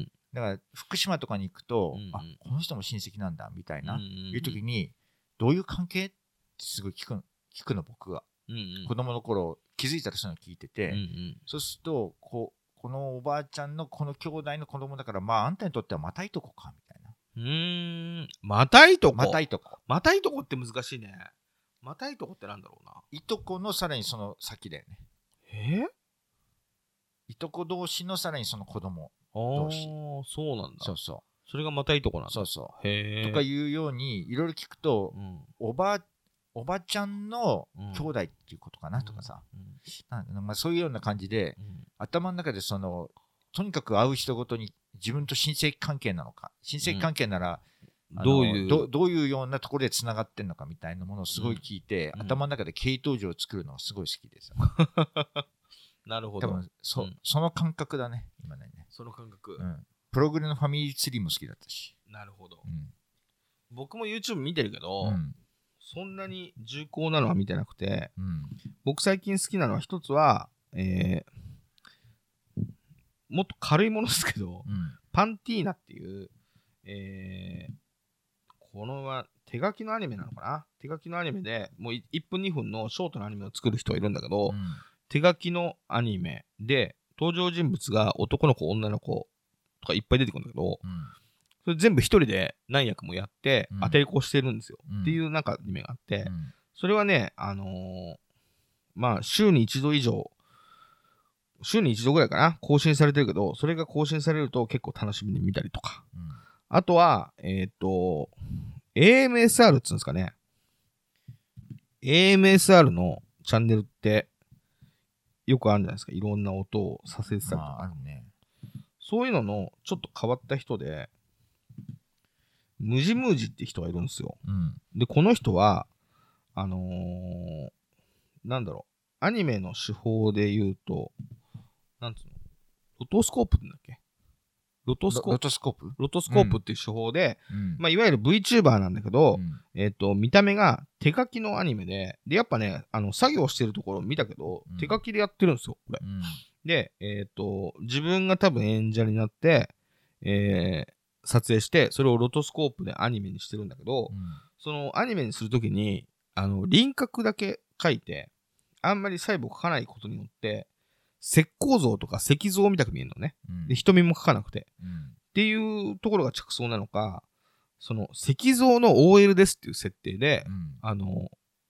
だから福島とかに行くと、 うんうん、 あ、この人も親戚なんだみたいな、 うんうんうん、 いう時にどういう関係ってすごい聞くの、聞くの僕が、 うんうん、 子供の頃気づいたらそういうの聞いてて、 うんうん、 そうするとこうこのおばあちゃんのこの兄弟の子供だから、まああんたにとってはまたいとこかみたいな。 うーん、またいとこ、 またいとこ、 またいとこって難しいね。またいとこってなんだろうな。 いとこのさらにその先だよね。 えー、 いとこ同士のさらにその子供同士。 ああ、そうなんだ。 そうそう。 それがまたいとこなんだ。 そうそう。 へえ。 とかいうようにいろいろ聞くと、うん、おばおばちゃんの兄弟っていうことかなとかさ、うんうんなんまあ、そういうような感じで、うん、頭の中でそのとにかく会う人ごとに自分と親戚関係なのか、親戚関係なら、うん、どういうどどういうようなところでつながってんのかみたいなものをすごい聞いて、うん、頭の中で系統樹を作るのがすごい好きですなるほど。 多分 そ,、うん、その感覚だね今ね。 その感覚、 うん、プログレのファミリーツリーも好きだったし。 なるほど、 うん、 僕も YouTube 見てるけど、 うん、 そんなに重厚なのは見てなくて、 うん、 僕最近好きなのは一つは、えー、もっと軽いものですけど、 うん、 パンティーナっていう、えー、このは手書きのアニメなのかな、手書きのアニメでもういっぷんにふんのショートのアニメを作る人がいるんだけど、うん、手書きのアニメで登場人物が男の子女の子とかいっぱい出てくるんだけど、うん、それ全部一人で何役もやって当てれこしてるんですよ、うん、っていうなんかアニメがあって、うん、それはね、あのー、まあ週に一度以上週に一度ぐらいかな更新されてるけど、それが更新されると結構楽しみに見たりとか、うん、あとはえっと エーエムエスアール っつうんですかね、 エーエムエスアール のチャンネルってよくあるんじゃないですか、いろんな音をさせてたりとか、 まあ、あるね。 そういうののちょっと変わった人でムジムージって人がいるんですよ、うん、でこの人はあのー、なんだろう、アニメの手法で言うとなんつうの、ロトスコープってんだっけ、ロトスコープロトスコープロトスコープっていう手法で、 うんまあ、いわゆる VTuber なんだけど、 うん、 えーと、見た目が手書きのアニメで、でやっぱね、あの作業してるところ見たけど、うん、手書きでやってるんですよこれ、うん、で、えーと、自分が多分演者になって、えー、撮影してそれをロトスコープでアニメにしてるんだけど、うん、そのアニメにするときにあの輪郭だけ描いてあんまり細部を描かないことによって石膏像とか石像みたく見えるのね、うん、で瞳も描かなくて、うん、っていうところが着想なのか、その石像の オーエル ですっていう設定で、うん、あの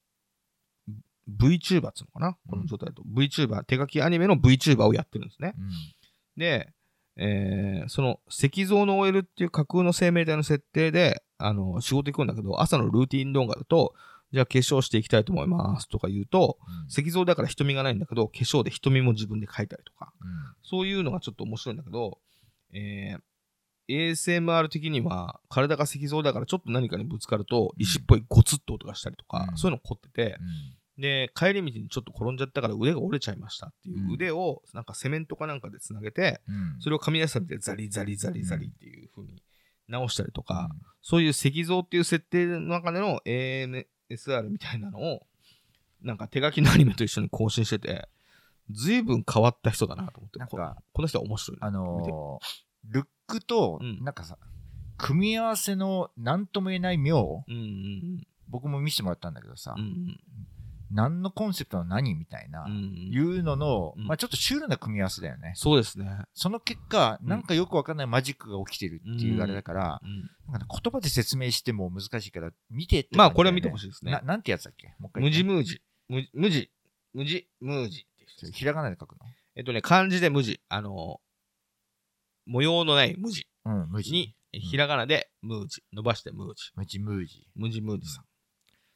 VTuber っつうのかな、うん、この状態だと VTuber 手書きアニメの VTuber をやってるんですね、うん、で、えー、その石像の オーエル っていう架空の生命体の設定であの仕事行くんだけど、朝のルーティン動画だとじゃあ化粧していきたいと思いますとか言うと、うん、石像だから瞳がないんだけど化粧で瞳も自分で描いたりとか、うん、そういうのがちょっと面白いんだけど、えー、エーエスエムアール 的には体が石像だからちょっと何かにぶつかると石っぽいゴツッと音がしたりとか、うん、そういうの凝ってて、うん、で帰り道にちょっと転んじゃったから腕が折れちゃいましたっていう腕をなんかセメントかなんかでつなげて、うん、それを紙やすりでザリザリザリザリっていう風に直したりとか、うん、そういう石像っていう設定の中での エーエムエスアール みたいなのをなんか手書きのアニメと一緒に更新してて、随分変わった人だなと思って、なんかこの人は面白い、 あのー、ルックとなんかさ、うん、組み合わせの何とも言えない妙、うんうんうん、僕も見せてもらったんだけどさ、うんうん、何のコンセプトの何みたいな、うんうん、いうのの、うん、まあ、ちょっとシュールな組み合わせだよね。 そうですね。 その結果、なんかよくわかんないマジックが起きてるっていうあれだから、うんうん、なんか言葉で説明しても難しいから見てって、ね、 まあこれは見てほしいですね。 な、なんてやつだっけ、もう一回。 ムジムージムジムジムジムージってひらがなで書くの？ えっとね、漢字で無地、あのー、模様のない無地、 うん、無地に、ひらがなでムージ、伸ばしてムージ、 ムジムージ、 ムジムージさん。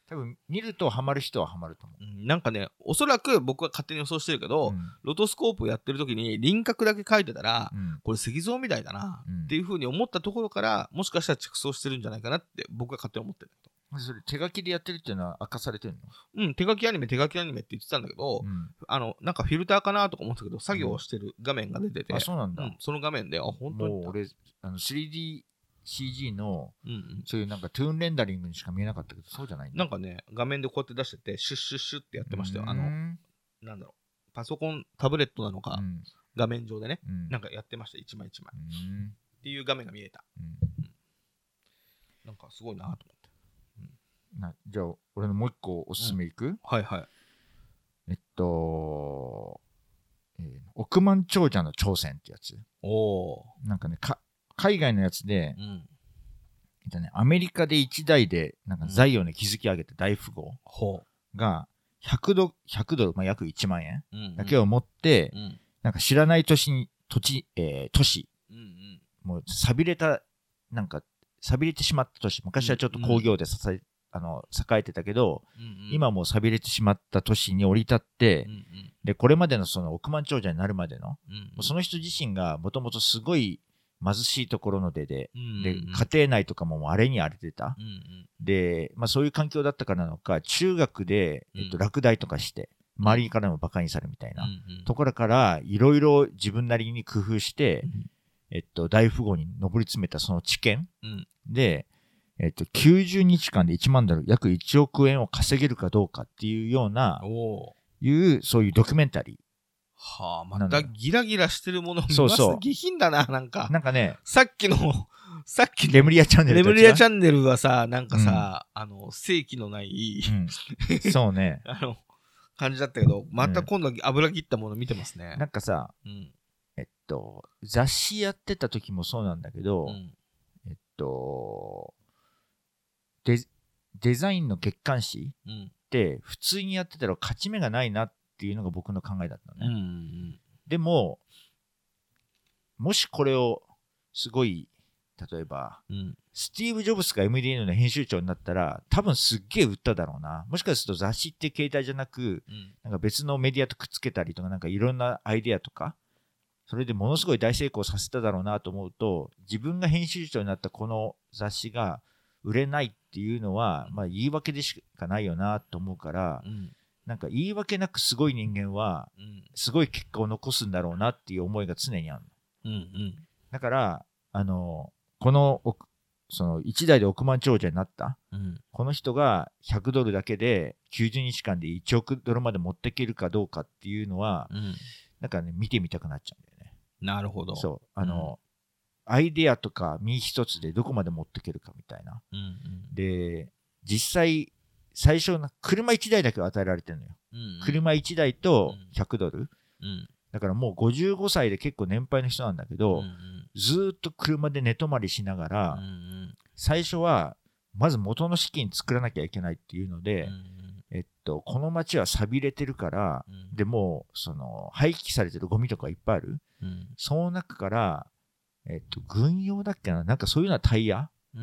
多分見るとハマる人はハマると思う、 うん、なんかねおそらく僕は勝手に予想してるけど、うん、ロトスコープをやってる時に輪郭だけ描いてたら、うん、これ石像みたいだな、うん、っていう風に思ったところからもしかしたら着想してるんじゃないかなって僕は勝手に思ってる。 それ手書きでやってるっていうのは明かされてるの？うん、手書きアニメ手書きアニメって言ってたんだけど、うん、あのなんかフィルターかなとか思ってたけど作業をしてる画面が出てて、 うん、あそうなんだ、うん、 その画面であ本当にもう俺あの スリーディーシージー の、うんうん、そういうなんかトゥーンレンダリングにしか見えなかったけどそうじゃないんだ。 なんかね画面でこうやって出しててシュッシュッシュッってやってましたよ。あのなんだろうパソコンタブレットなのか、うん、画面上でね、うん、なんかやってました一枚一枚、うん、っていう画面が見えた、うんうん、なんかすごいなと思って、 うん、なじゃあ俺のもう一個おすすめいく、うん、 はいはいえっと、えー、億万長者の挑戦ってやつ。おなんかねか海外のやつで、うんえっとね、アメリカで一代でなんか財を、ね、築き上げた大富豪がひゃくドル、まあ、約いちまんえんだけを持って、うんうん、なんか知らない土地に土地、えー、都市、うんうん、もう寂れたなんか寂れてしまった都市、昔はちょっと工業で支え、うんうん、あの栄えてたけど、うんうん、今もう寂れてしまった都市に降り立って、うんうん、でこれまでのその億万長者になるまでの、うんうん、もうその人自身がもともとすごい貧しいところの出で、うんうん、で家庭内とかも荒れに荒れてた、うんうん、で、まあ、そういう環境だったからなのか中学で、えっと、落第とかして周りからもバカにされるみたいな、うんうん、ところからいろいろ自分なりに工夫して、うんえっと、大富豪に上り詰めたその知見、うん、で、えっと、きゅうじゅうにちかんでいちまんドル約いちおくえんを稼げるかどうかっていうようないうそういうドキュメンタリー。 はあ、またギラギラしてるもの見ます。そうそう下品だな、なんか。 なんかね、 さっきの、さっきのレムリアチャンネル。 レムリアチャンネルはさ、なんかさ、うん、あの、正気のない、 うん、そうね。 あの、感じだったけど、また今度油切ったもの見てますね。 うん、なんかさ、うん、えっと、雑誌やってた時もそうなんだけど、うん、えっとデ、デザインの月刊誌って普通にやってたら勝ち目がないなってっていうのが僕の考えだったのね、うんうん、でももしこれをすごい例えば、うん、スティーブ・ジョブスが エムディーエヌ の編集長になったら多分すっげえ売っただろうな。もしかすると雑誌っていう形態じゃなく、うん、なんか別のメディアとくっつけたりとかなんかいろんなアイデアとかそれでものすごい大成功させただろうなと思うと自分が編集長になったこの雑誌が売れないっていうのは、まあ、言い訳でしかないよなと思うから、うんなんか言い訳なくすごい人間はすごい結果を残すんだろうなっていう思いが常にあるの、うんうん、だからあのこのそのいちだいで億万長者になった、うん、この人がひゃくドルだけできゅうじゅうにちかんでいちおくドルまで持っていけるかどうかっていうのは、うん、なんかね見てみたくなっちゃうんだよね。 なるほど。 そうあの、うん、アイデアとか身一つでどこまで持っていけるかみたいな、うんうん、で実際最初の車いちだいだけ与えられてるのよ、うんうん、車いちだいとひゃくドル、うん、だからもうごじゅうごさいで結構年配の人なんだけど、うんうん、ずっと車で寝泊まりしながら、うんうん、最初はまず元の資金作らなきゃいけないっていうので、うんうんえっと、この街は寂れてるから、うん、でもその廃棄されてるゴミとかいっぱいある、うん、その中から、えっと、軍用だっけななんかそういうようなタイヤうんうん、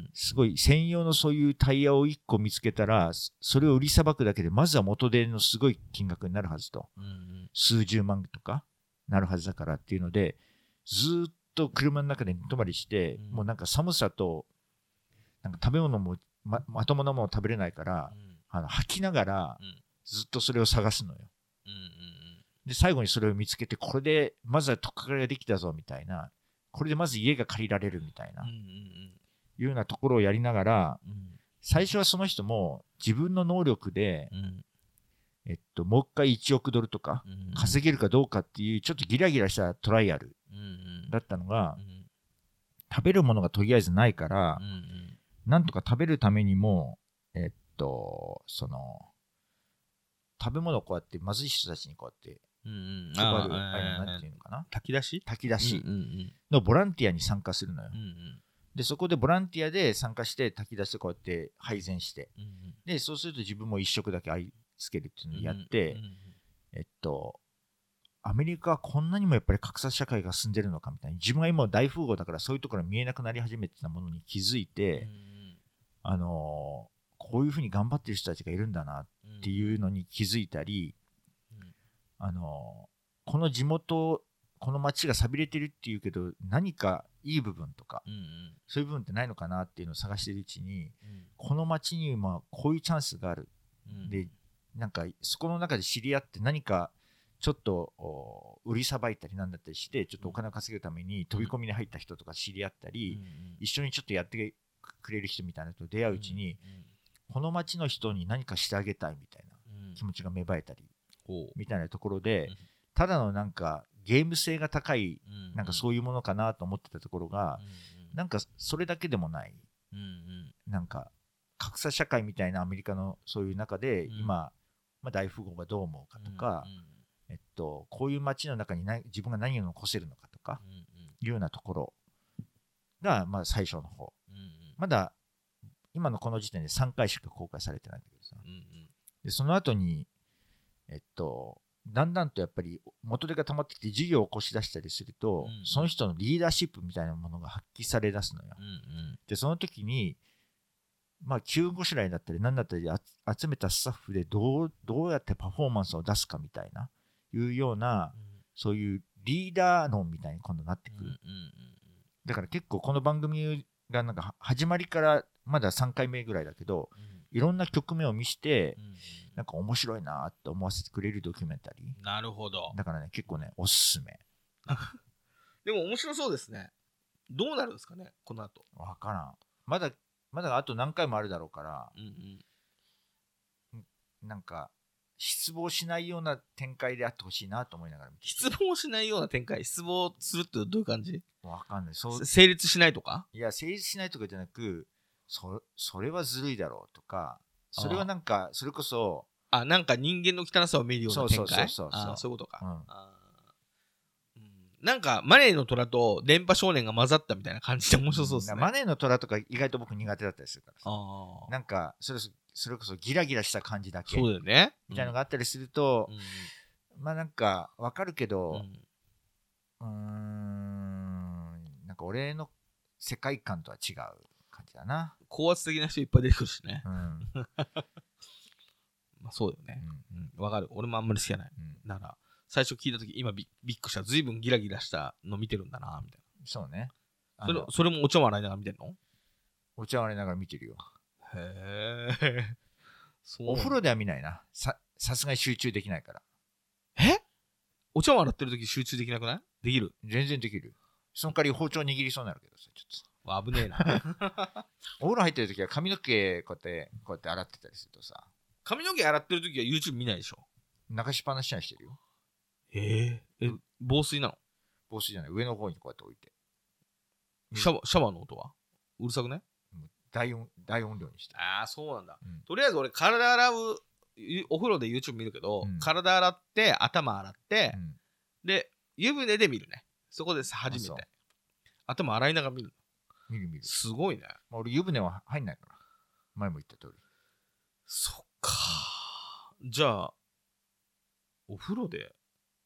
すごい専用のそういうタイヤをいっこ見つけたらそれを売りさばくだけでまずは元手のすごい金額になるはずと、うんうん、数十万とかなるはずだからっていうのでずっと車の中で寝泊まりして、うん、もうなんか寒さとなんか食べ物も ま, まともなものを食べれないから、うん、あの吐きながらずっとそれを探すのよ、うんうんうん、で最後にそれを見つけてこれでまずは取っかかりができたぞみたいなこれでまず家が借りられるみたいな、うんうんうんいうようなところをやりながら、うん、最初はその人も自分の能力で、うんえっと、もう一回いちおくドルとか稼げるかどうかっていうちょっとギラギラしたトライアルだったのが、うんうん、食べるものがとりあえずないから、うんうん、なんとか食べるためにもえっとその食べ物をこうやって貧しい人たちにこうやって配る、うんうん、あれなんていうのかな炊き出し炊き出しのボランティアに参加するのよ、うんうんでそこでボランティアで参加して炊き出してこうやって配膳して、うんうん、でそうすると自分も一食だけ愛つけるっていうのをやって、うんうん、えっとアメリカはこんなにもやっぱり格差社会が進んでるのかみたいな自分が今大富豪だからそういうところが見えなくなり始めてたものに気づいて、うんうん、あのこういうふうに頑張ってる人たちがいるんだなっていうのに気づいたり、うん、あのこの地元この町が寂れてるっていうけど何かいい部分とか、うんうん、そういう部分ってないのかなっていうのを探してるうちに、うん、この町にまあこういうチャンスがある、うん、でなんかそこの中で知り合って何かちょっと売りさばいたりなんだったりしてちょっとお金を稼ぐために飛び込みに入った人とか知り合ったり、うんうん、一緒にちょっとやってくれる人みたいなのと出会ううちに、うんうん、この町の人に何かしてあげたいみたいな気持ちが芽生えたり、うん、みたいなところで、うん、ただのなんかゲーム性が高い、うんうん、なんかそういうものかなと思ってたところが、うんうん、なんかそれだけでもない、うんうん、なんか格差社会みたいなアメリカのそういう中で、うん、今、まあ、大富豪がどう思うかとか、うんうん、えっと、こういう街の中にな自分が何を残せるのかとか、うんうん、いうようなところが、まあ、最初の方、うんうん、まだ今のこの時点でさんかいしか公開されてないんだけどさ、うんうん、でその後にえっとだんだんとやっぱり元手が溜まってきて事業を起こし出したりすると、うんうん、その人のリーダーシップみたいなものが発揮され出すのよ、うんうん、でその時にまあ急ごしらえだったり何だったり集めたスタッフでどう、どうやってパフォーマンスを出すかみたいないうような、うん、そういうリーダー論みたいに今度なってくる、うんうんうん、だから結構この番組がなんか始まりからまださんかいめぐらいだけど、うん、いろんな局面を見して、うんうん、なんか面白いなって思わせてくれるドキュメンタリー。 なるほど。 だからね結構ねおすすめでも面白そうですね。どうなるんですかねこの後。 わからん。まだまだあと何回もあるだろうから、うんうん、なんか失望しないような展開であってほしいなと思いながら見て。 失望しないような展開、失望するってどういう感じ？ わかんない。そう成立しないとか？ いや成立しないとかじゃなく、そそれはずるいだろうとか、それはなんかそれこそあなんか人間の汚さを見るような展開。そうそうそうそう。あそういうことか。うん、あなんかマネーの虎と電波少年が混ざったみたいな感じで面白そうですね。 マネーの虎とか意外と僕苦手だったりするからさ。あなんかそれそれこそギラギラした感じだけそうだよねみたいなのがあったりすると、うん、まあなんかわかるけど、うん、うーんなんか俺の世界観とは違う感じだな。 高圧的な人いっぱい出てくるしね。うん、まあそうだよね。わ、うんうん、かる。俺もあんまり好きじゃない。うん、なら最初聞いたとき、今びっくりした。ずいぶんギラギラしたの見てるんだな、みたいな。 そうね。 それそれもお茶を洗いながら見てるの？ お茶を洗いながら見てるよ。 へえ。 お風呂では見ないな。さ、さすがに集中できないから。 え？お茶を洗ってるとき集中できなくない？できる？ 全然できる。その代わり包丁握りそうになるけどさ、ちょっと。危ねえな。 お風呂入ってるときは髪の毛こうやって、こうやって洗ってたりするとさ。 髪の毛洗ってるときは YouTube 見ないでしょ？ 流しっぱなしにしてるよ。 えー、え、防水なの？ 防水じゃない。上の方にこうやって置いて。 シャワー、シャワーの音はうるさくね？ 大音、大音量にして。 ああ、そうなんだ、うん。とりあえず俺、体洗う、お風呂で YouTube 見るけど、うん、体洗って、頭洗って、うん、で、湯船で見るね。そこです初めて。頭洗いながら見る。 見る見る。 すごいね。 まあ、俺、湯船は入んないから。前も言った通り。 そっか。じゃあ、お風呂で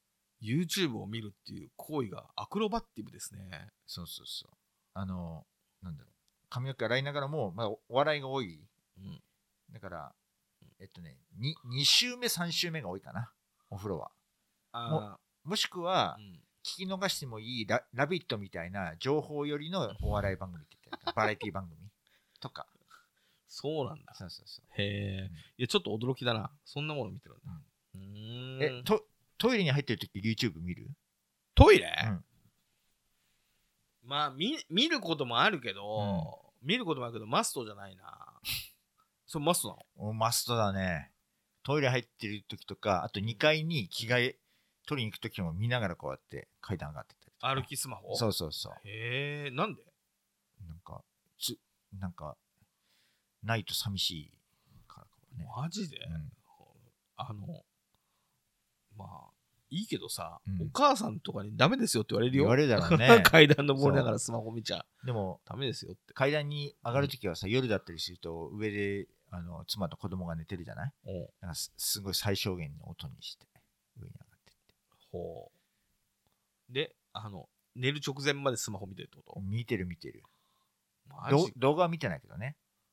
YouTube を見るっていう行為がアクロバティブですね。 そうそうそう。あの、なんだろう。髪の毛洗いながらも、まあ、お笑いが多い。うん、だから、えっとね、に, に週目、さん週目が多いかな。お風呂は。あ も, もしくは、うん、聞き逃してもいいラ、ラビットみたいな情報寄りのお笑い番組って言ったり、バラエティ番組とか。 そうなんだ。 そうそうそう。 へえ、うん。いや、ちょっと驚きだな。そんなもの見てるんだ。 うん、うーんえと、トイレに入ってるとき YouTube 見る？ トイレ？うんまあ見、見ることもあるけど、うん、見ることもあるけどマストじゃないな。それマストなの？ おマストだね。トイレ入ってる時とか、あとにかいに着替え取りに行く時も見ながらこうやって階段上がってたり。 歩きスマホ？ そうそうそう。 へえ、なんで？ なんかつなんかないと寂しいからかもね。 マジで？うん、あのまあ。いいけどさ、うん、お母さんとかにダメですよって言われるよ。 言われるだろうね。 階段登りながらスマホ見ちゃう。でも、 ダメですよって。 階段に上がるときはさ、うん、夜だったりすると、上であの妻と子供が寝てるじゃない？なんか す, すごい最小限の音にして、上に上がってって。 ほう。で、あの、寝る直前までスマホ見てるってこと？ 見てる見てる。動画は見てないけどね。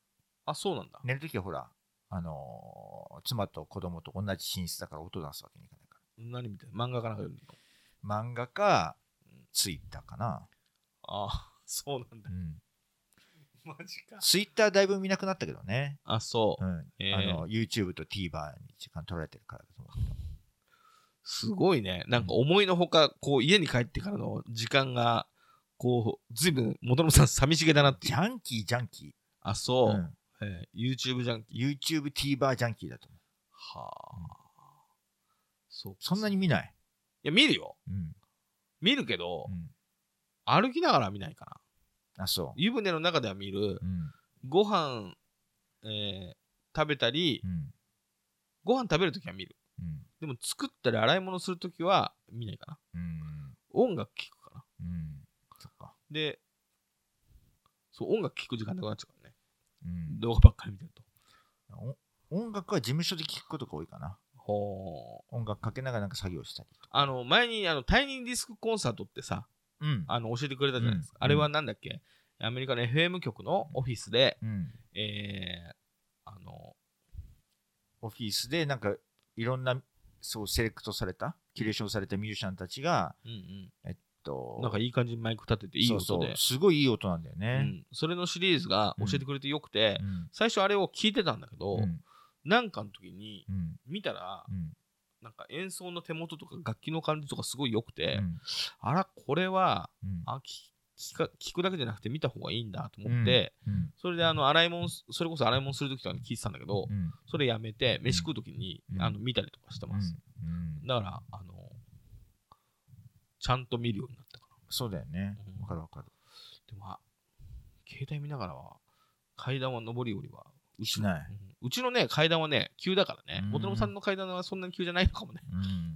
あ、そうなんだ。 寝るときはほら、あのー、妻と子供と同じ寝室だから音出すわけにいかないから。 何見てる？漫画かなんか読んでるの？漫画か、ツイッターかな。 ああ、そうなんだ。 うん、 マジか。 ツイッターだいぶ見なくなったけどね。 あ、そう。 うん、えー、あの YouTube と TVer に時間取られてるからだと思うけど。 すごいね。なんか思いのほか、こう家に帰ってからの時間が、こう、ずいぶん元野さん寂しげだなっていう。 ジャンキー、ジャンキー。 あ、そう。 うんえー、YouTube ジャンキー。YouTube、TVer ジャンキーだと思う。 はあ、うん。 そう。そんなに見ない？ いや、見るよ。 うん、 見るけど、うん、歩きながら見ないかな。あ、そう。 湯船の中では見る。うん、ご飯、えー、食べたり、うん、ご飯食べるときは見る。うん、でも作ったり洗い物するときは見ないかな。うん、音楽聴くかな。うん、そっか。で、そう、音楽聴く時間なくなっちゃうからね。うん、動画ばっかり見てると。 音楽は事務所で聴くことが多いかな。ほう。音楽かけながらなんか作業したりとか。 あの、前にあのタイニーディスクコンサートってさ、うん、あの教えてくれたじゃないですか。うん、あれはなんだっけ、アメリカの エフエム 局のオフィスで、うん、えー、あの、 オフィスでなんかいろんなそうセレクトされた、キュレーションされたミュージシャンたちが、うんうん、えっと、 なんかいい感じにマイク立てていい音で、 そうそう、すごいいい音なんだよね。 うん、それのシリーズが教えてくれてよくて、うん、最初あれを聞いてたんだけど、うん、なんかの時に見たら、うん、なんか演奏の手元とか楽器の感じとかすごい良くて、うん、あらこれは、うん、あ聞か聞くだけじゃなくて見た方がいいんだと思って、うん、それであの洗い物それこそ洗い物する時とかに聞いてたんだけど、うん、それやめて飯食う時に、うん、あの見たりとかしてます、うん、だからあのちゃんと見るようになったかな。 そうだよね、わ、うん、かるわかる。 でも携帯見ながらは階段は上り下りはうちない、 うん、うちのね階段はね急だからね、元野さんの階段はそんなに急じゃないのかもね、うん、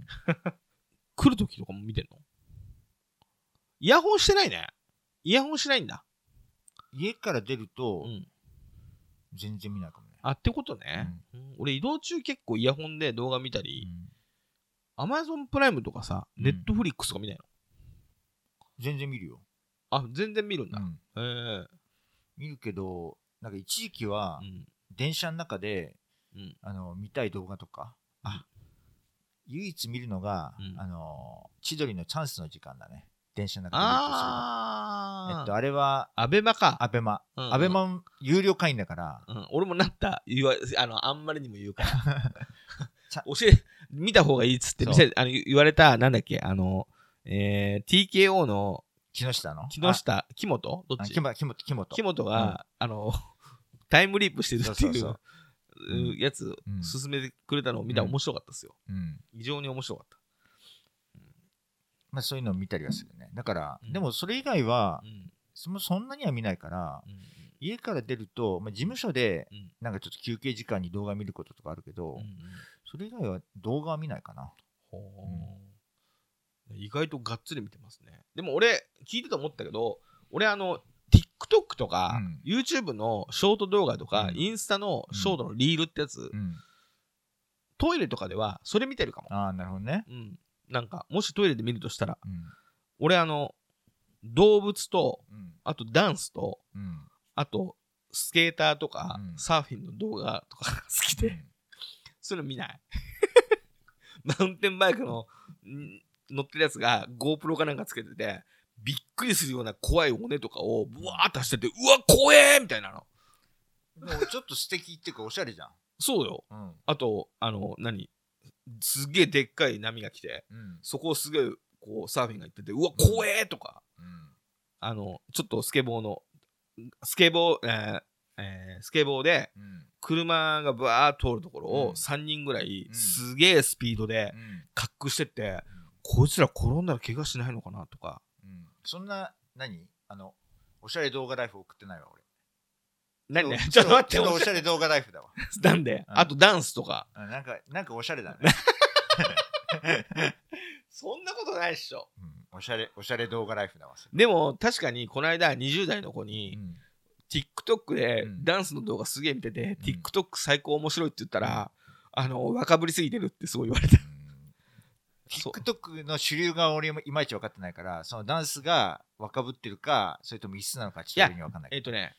来る時とかも見てんの？イヤホンしてないね。イヤホンしないんだ。 家から出ると、うん、全然見ないかもね。 あってことね、うんうん、俺移動中結構イヤホンで動画見たり、アマゾンプライムとかさ、ネットフリックスとか見ないの？ 全然見るよ。 あ、全然見るんだ。うん、 へえ。見るけど、なんか一時期は、うん、電車の中で、うん、あの見たい動画とか、うん、あ、唯一見るのが、うん、あの千鳥のチャンスの時間だね。電車の中で見るとすると。あ, えっと、あれはアベマか。 アベマ、うんうん、アベマ有料会員だから、 うん、俺もなった言わあのあんまりにも言うから教え見た方がいいっつって見せあの言われた。なんだっけ、あの、えー、ティーケーオー の木下の木下木本どっち木本木本木本が、うん、あのタイムリープしてるっていう、そうそうそう、やつ、うん、進めてくれたのを見たら面白かったですよ、うん、非常に面白かった。 まあ、そういうのを見たりはするね。だから、うん、でもそれ以外は、うん、そ, そんなには見ないから、うん、家から出ると、まあ、事務所でなんかちょっと休憩時間に動画見ることとかあるけど、うん、それ以外は動画は見ないかな。ほう、うん、意外とがっつり見てますね。でも俺聞いてて思ったけど、俺あの TikTok とか、うん、YouTube のショート動画とか、うん、インスタのショートのリールってやつ、うん、トイレとかではそれ見てるかも。 ああ、なるほどね。 うん、なんかもしトイレで見るとしたら、うん、俺あの動物と、うん、あとダンスと、うん、あとスケーターとか、うん、サーフィンの動画とか好きで、うん、そういうの見ないマウンテンバイクの乗ってるやつが GoPro かなんかつけててびっくりするような怖い尾根とかをブワーッと走ってて、うわ怖えみたいなの。 もうちょっと素敵っていうかおしゃれじゃん。 そうよ、うん、あとあの何すげえでっかい波が来て、うん、そこをすげえこうサーフィンが行ってて、うわ怖えとか、うん、あのちょっとスケボーのスケボー、えーえー、スケボーで車がバーッと通るところをさんにんぐらいすげえスピードで滑空してって、うん、こいつら転んだら怪我しないのかなとか、 うん、そんな何あのおしゃれ動画ライフ送ってないわ俺。 何ね、ちょっと待って、 おしゃれ動画ライフだわ。 なんで、うん、あとダンスとか。 なんか、なんかおしゃれだね。 そんなことないっしょ、 うん。おしゃれ、おしゃれ動画ライフだわ。 でも、確かに、この間、にじゅう代の子に、うん、TikTok でダンスの動画すげえ見てて、うん、TikTok 最高面白いって言ったら、うん、あの、若ぶりすぎてるってすごい言われた。 TikTok の主流が俺もいまいち分かってないから、そのダンスが若ぶってるか、それとも異質なのか、ちょっと俺に分かんない。 えっとね、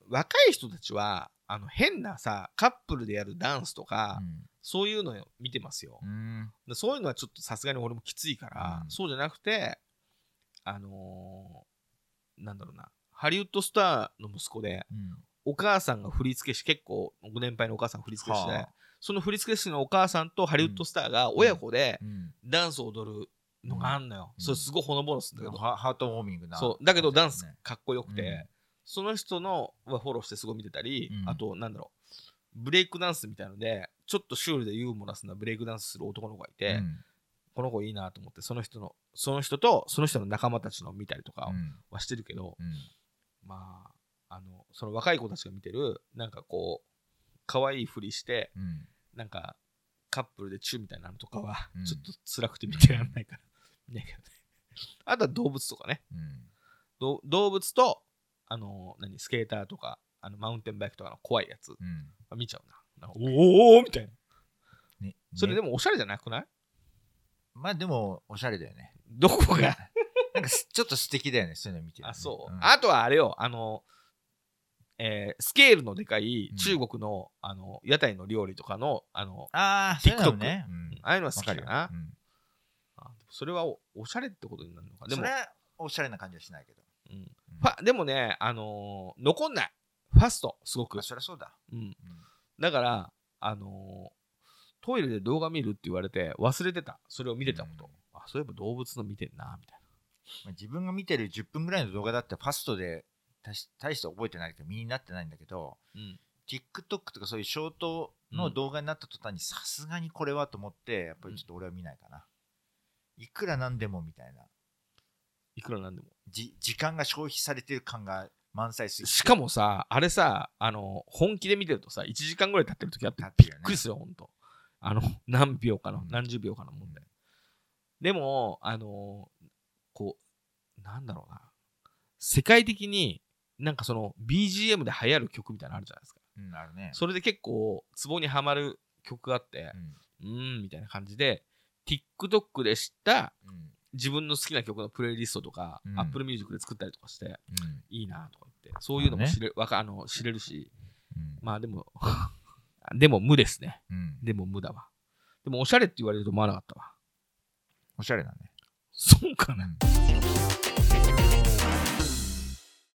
若い人たちはあの変なさカップルでやるダンスとか、うん、そういうのを見てますよ、うん、そういうのはちょっとさすがに俺もきついから、うん、そうじゃなくてあのー、なんだろうなハリウッドスターの息子で、うん、お母さんが振付師結構ご年配のお母さん振付師で、はあ、その振付師のお母さんとハリウッドスターが親子でダンスを踊るのがあんのよ、うん、それすごいほのぼのするんだけど、 うん、ハートウォーミングな、 そうだけどダンスかっこよくて、うん、その人のはフォローしてすごい見てたり、うん、あとなんだろうブレイクダンスみたいのでちょっとシュールでユーモラスなブレイクダンスする男の子がいて、うん、この子いいなと思ってその人のその人とその人の仲間たちの見たりとかはしてるけど、うん、まああのその若い子たちが見てるなんかこう可愛いふりして、うん、なんかカップルでチューみたいなのとかはちょっと辛くて見てらんないから、うんね、あとは動物とかね、うん、動物とあの何スケーターとかあのマウンテンバイクとかの怖いやつ、うん、見ちゃうな。なんかおおみたいな、ね、それでもおしゃれじゃなくない？ まあでもおしゃれだよね。 どこがなんかちょっと素敵だよねそういうの見てる、ね、 あそう、うん、あとはあれよあのえー、スケールのでかい中国の、うん、あの屋台の料理とかのあのあー TikTok ね、うん、 ああいうのは好きだな、うん、あそれは お, おしゃれってことになるのか。 でもそれはおしゃれな感じはしないけど、 うんうん、ファでもね、あのー、残んないファストすごく。 そりゃそうだ、 うんうん、だからあのー、トイレで動画見るって言われて忘れてたそれを見てたこと、うん、あそういえば動物の見てんなみたいな。自分が見てるじゅっぷんぐらいの動画だってファストで大して覚えてないけど身になってないんだけど、うん、TikTok とかそういうショートの動画になった途端にさすがにこれはと思ってやっぱりちょっと俺は見ないかな、うん、いくらなんでもみたいないくらなんでもじ時間が消費されてる感が満載すぎてしかもさあれさあの本気で見てるとさいちじかんぐらい経ってる時あってびっくりするよほんとあの何秒かの、うん、何十秒かの問題、うん、でもあのこうなんだろうな世界的になんかその ビージーエム で流行る曲みたいなのあるじゃないですか、 うん、あるね。 それで結構ツボにはまる曲があって、うん、うーんみたいな感じで TikTok で知った、うん、自分の好きな曲のプレイリストとか、うん、Apple Music で作ったりとかして、うん、いいなとか言ってそういうのも知れ、ね、わかあの知れるし、うん、まあでもでも無ですね、うん、でも無だわ。でもおしゃれって言われると思わなかったわ。 おしゃれだね。 そうかな、うん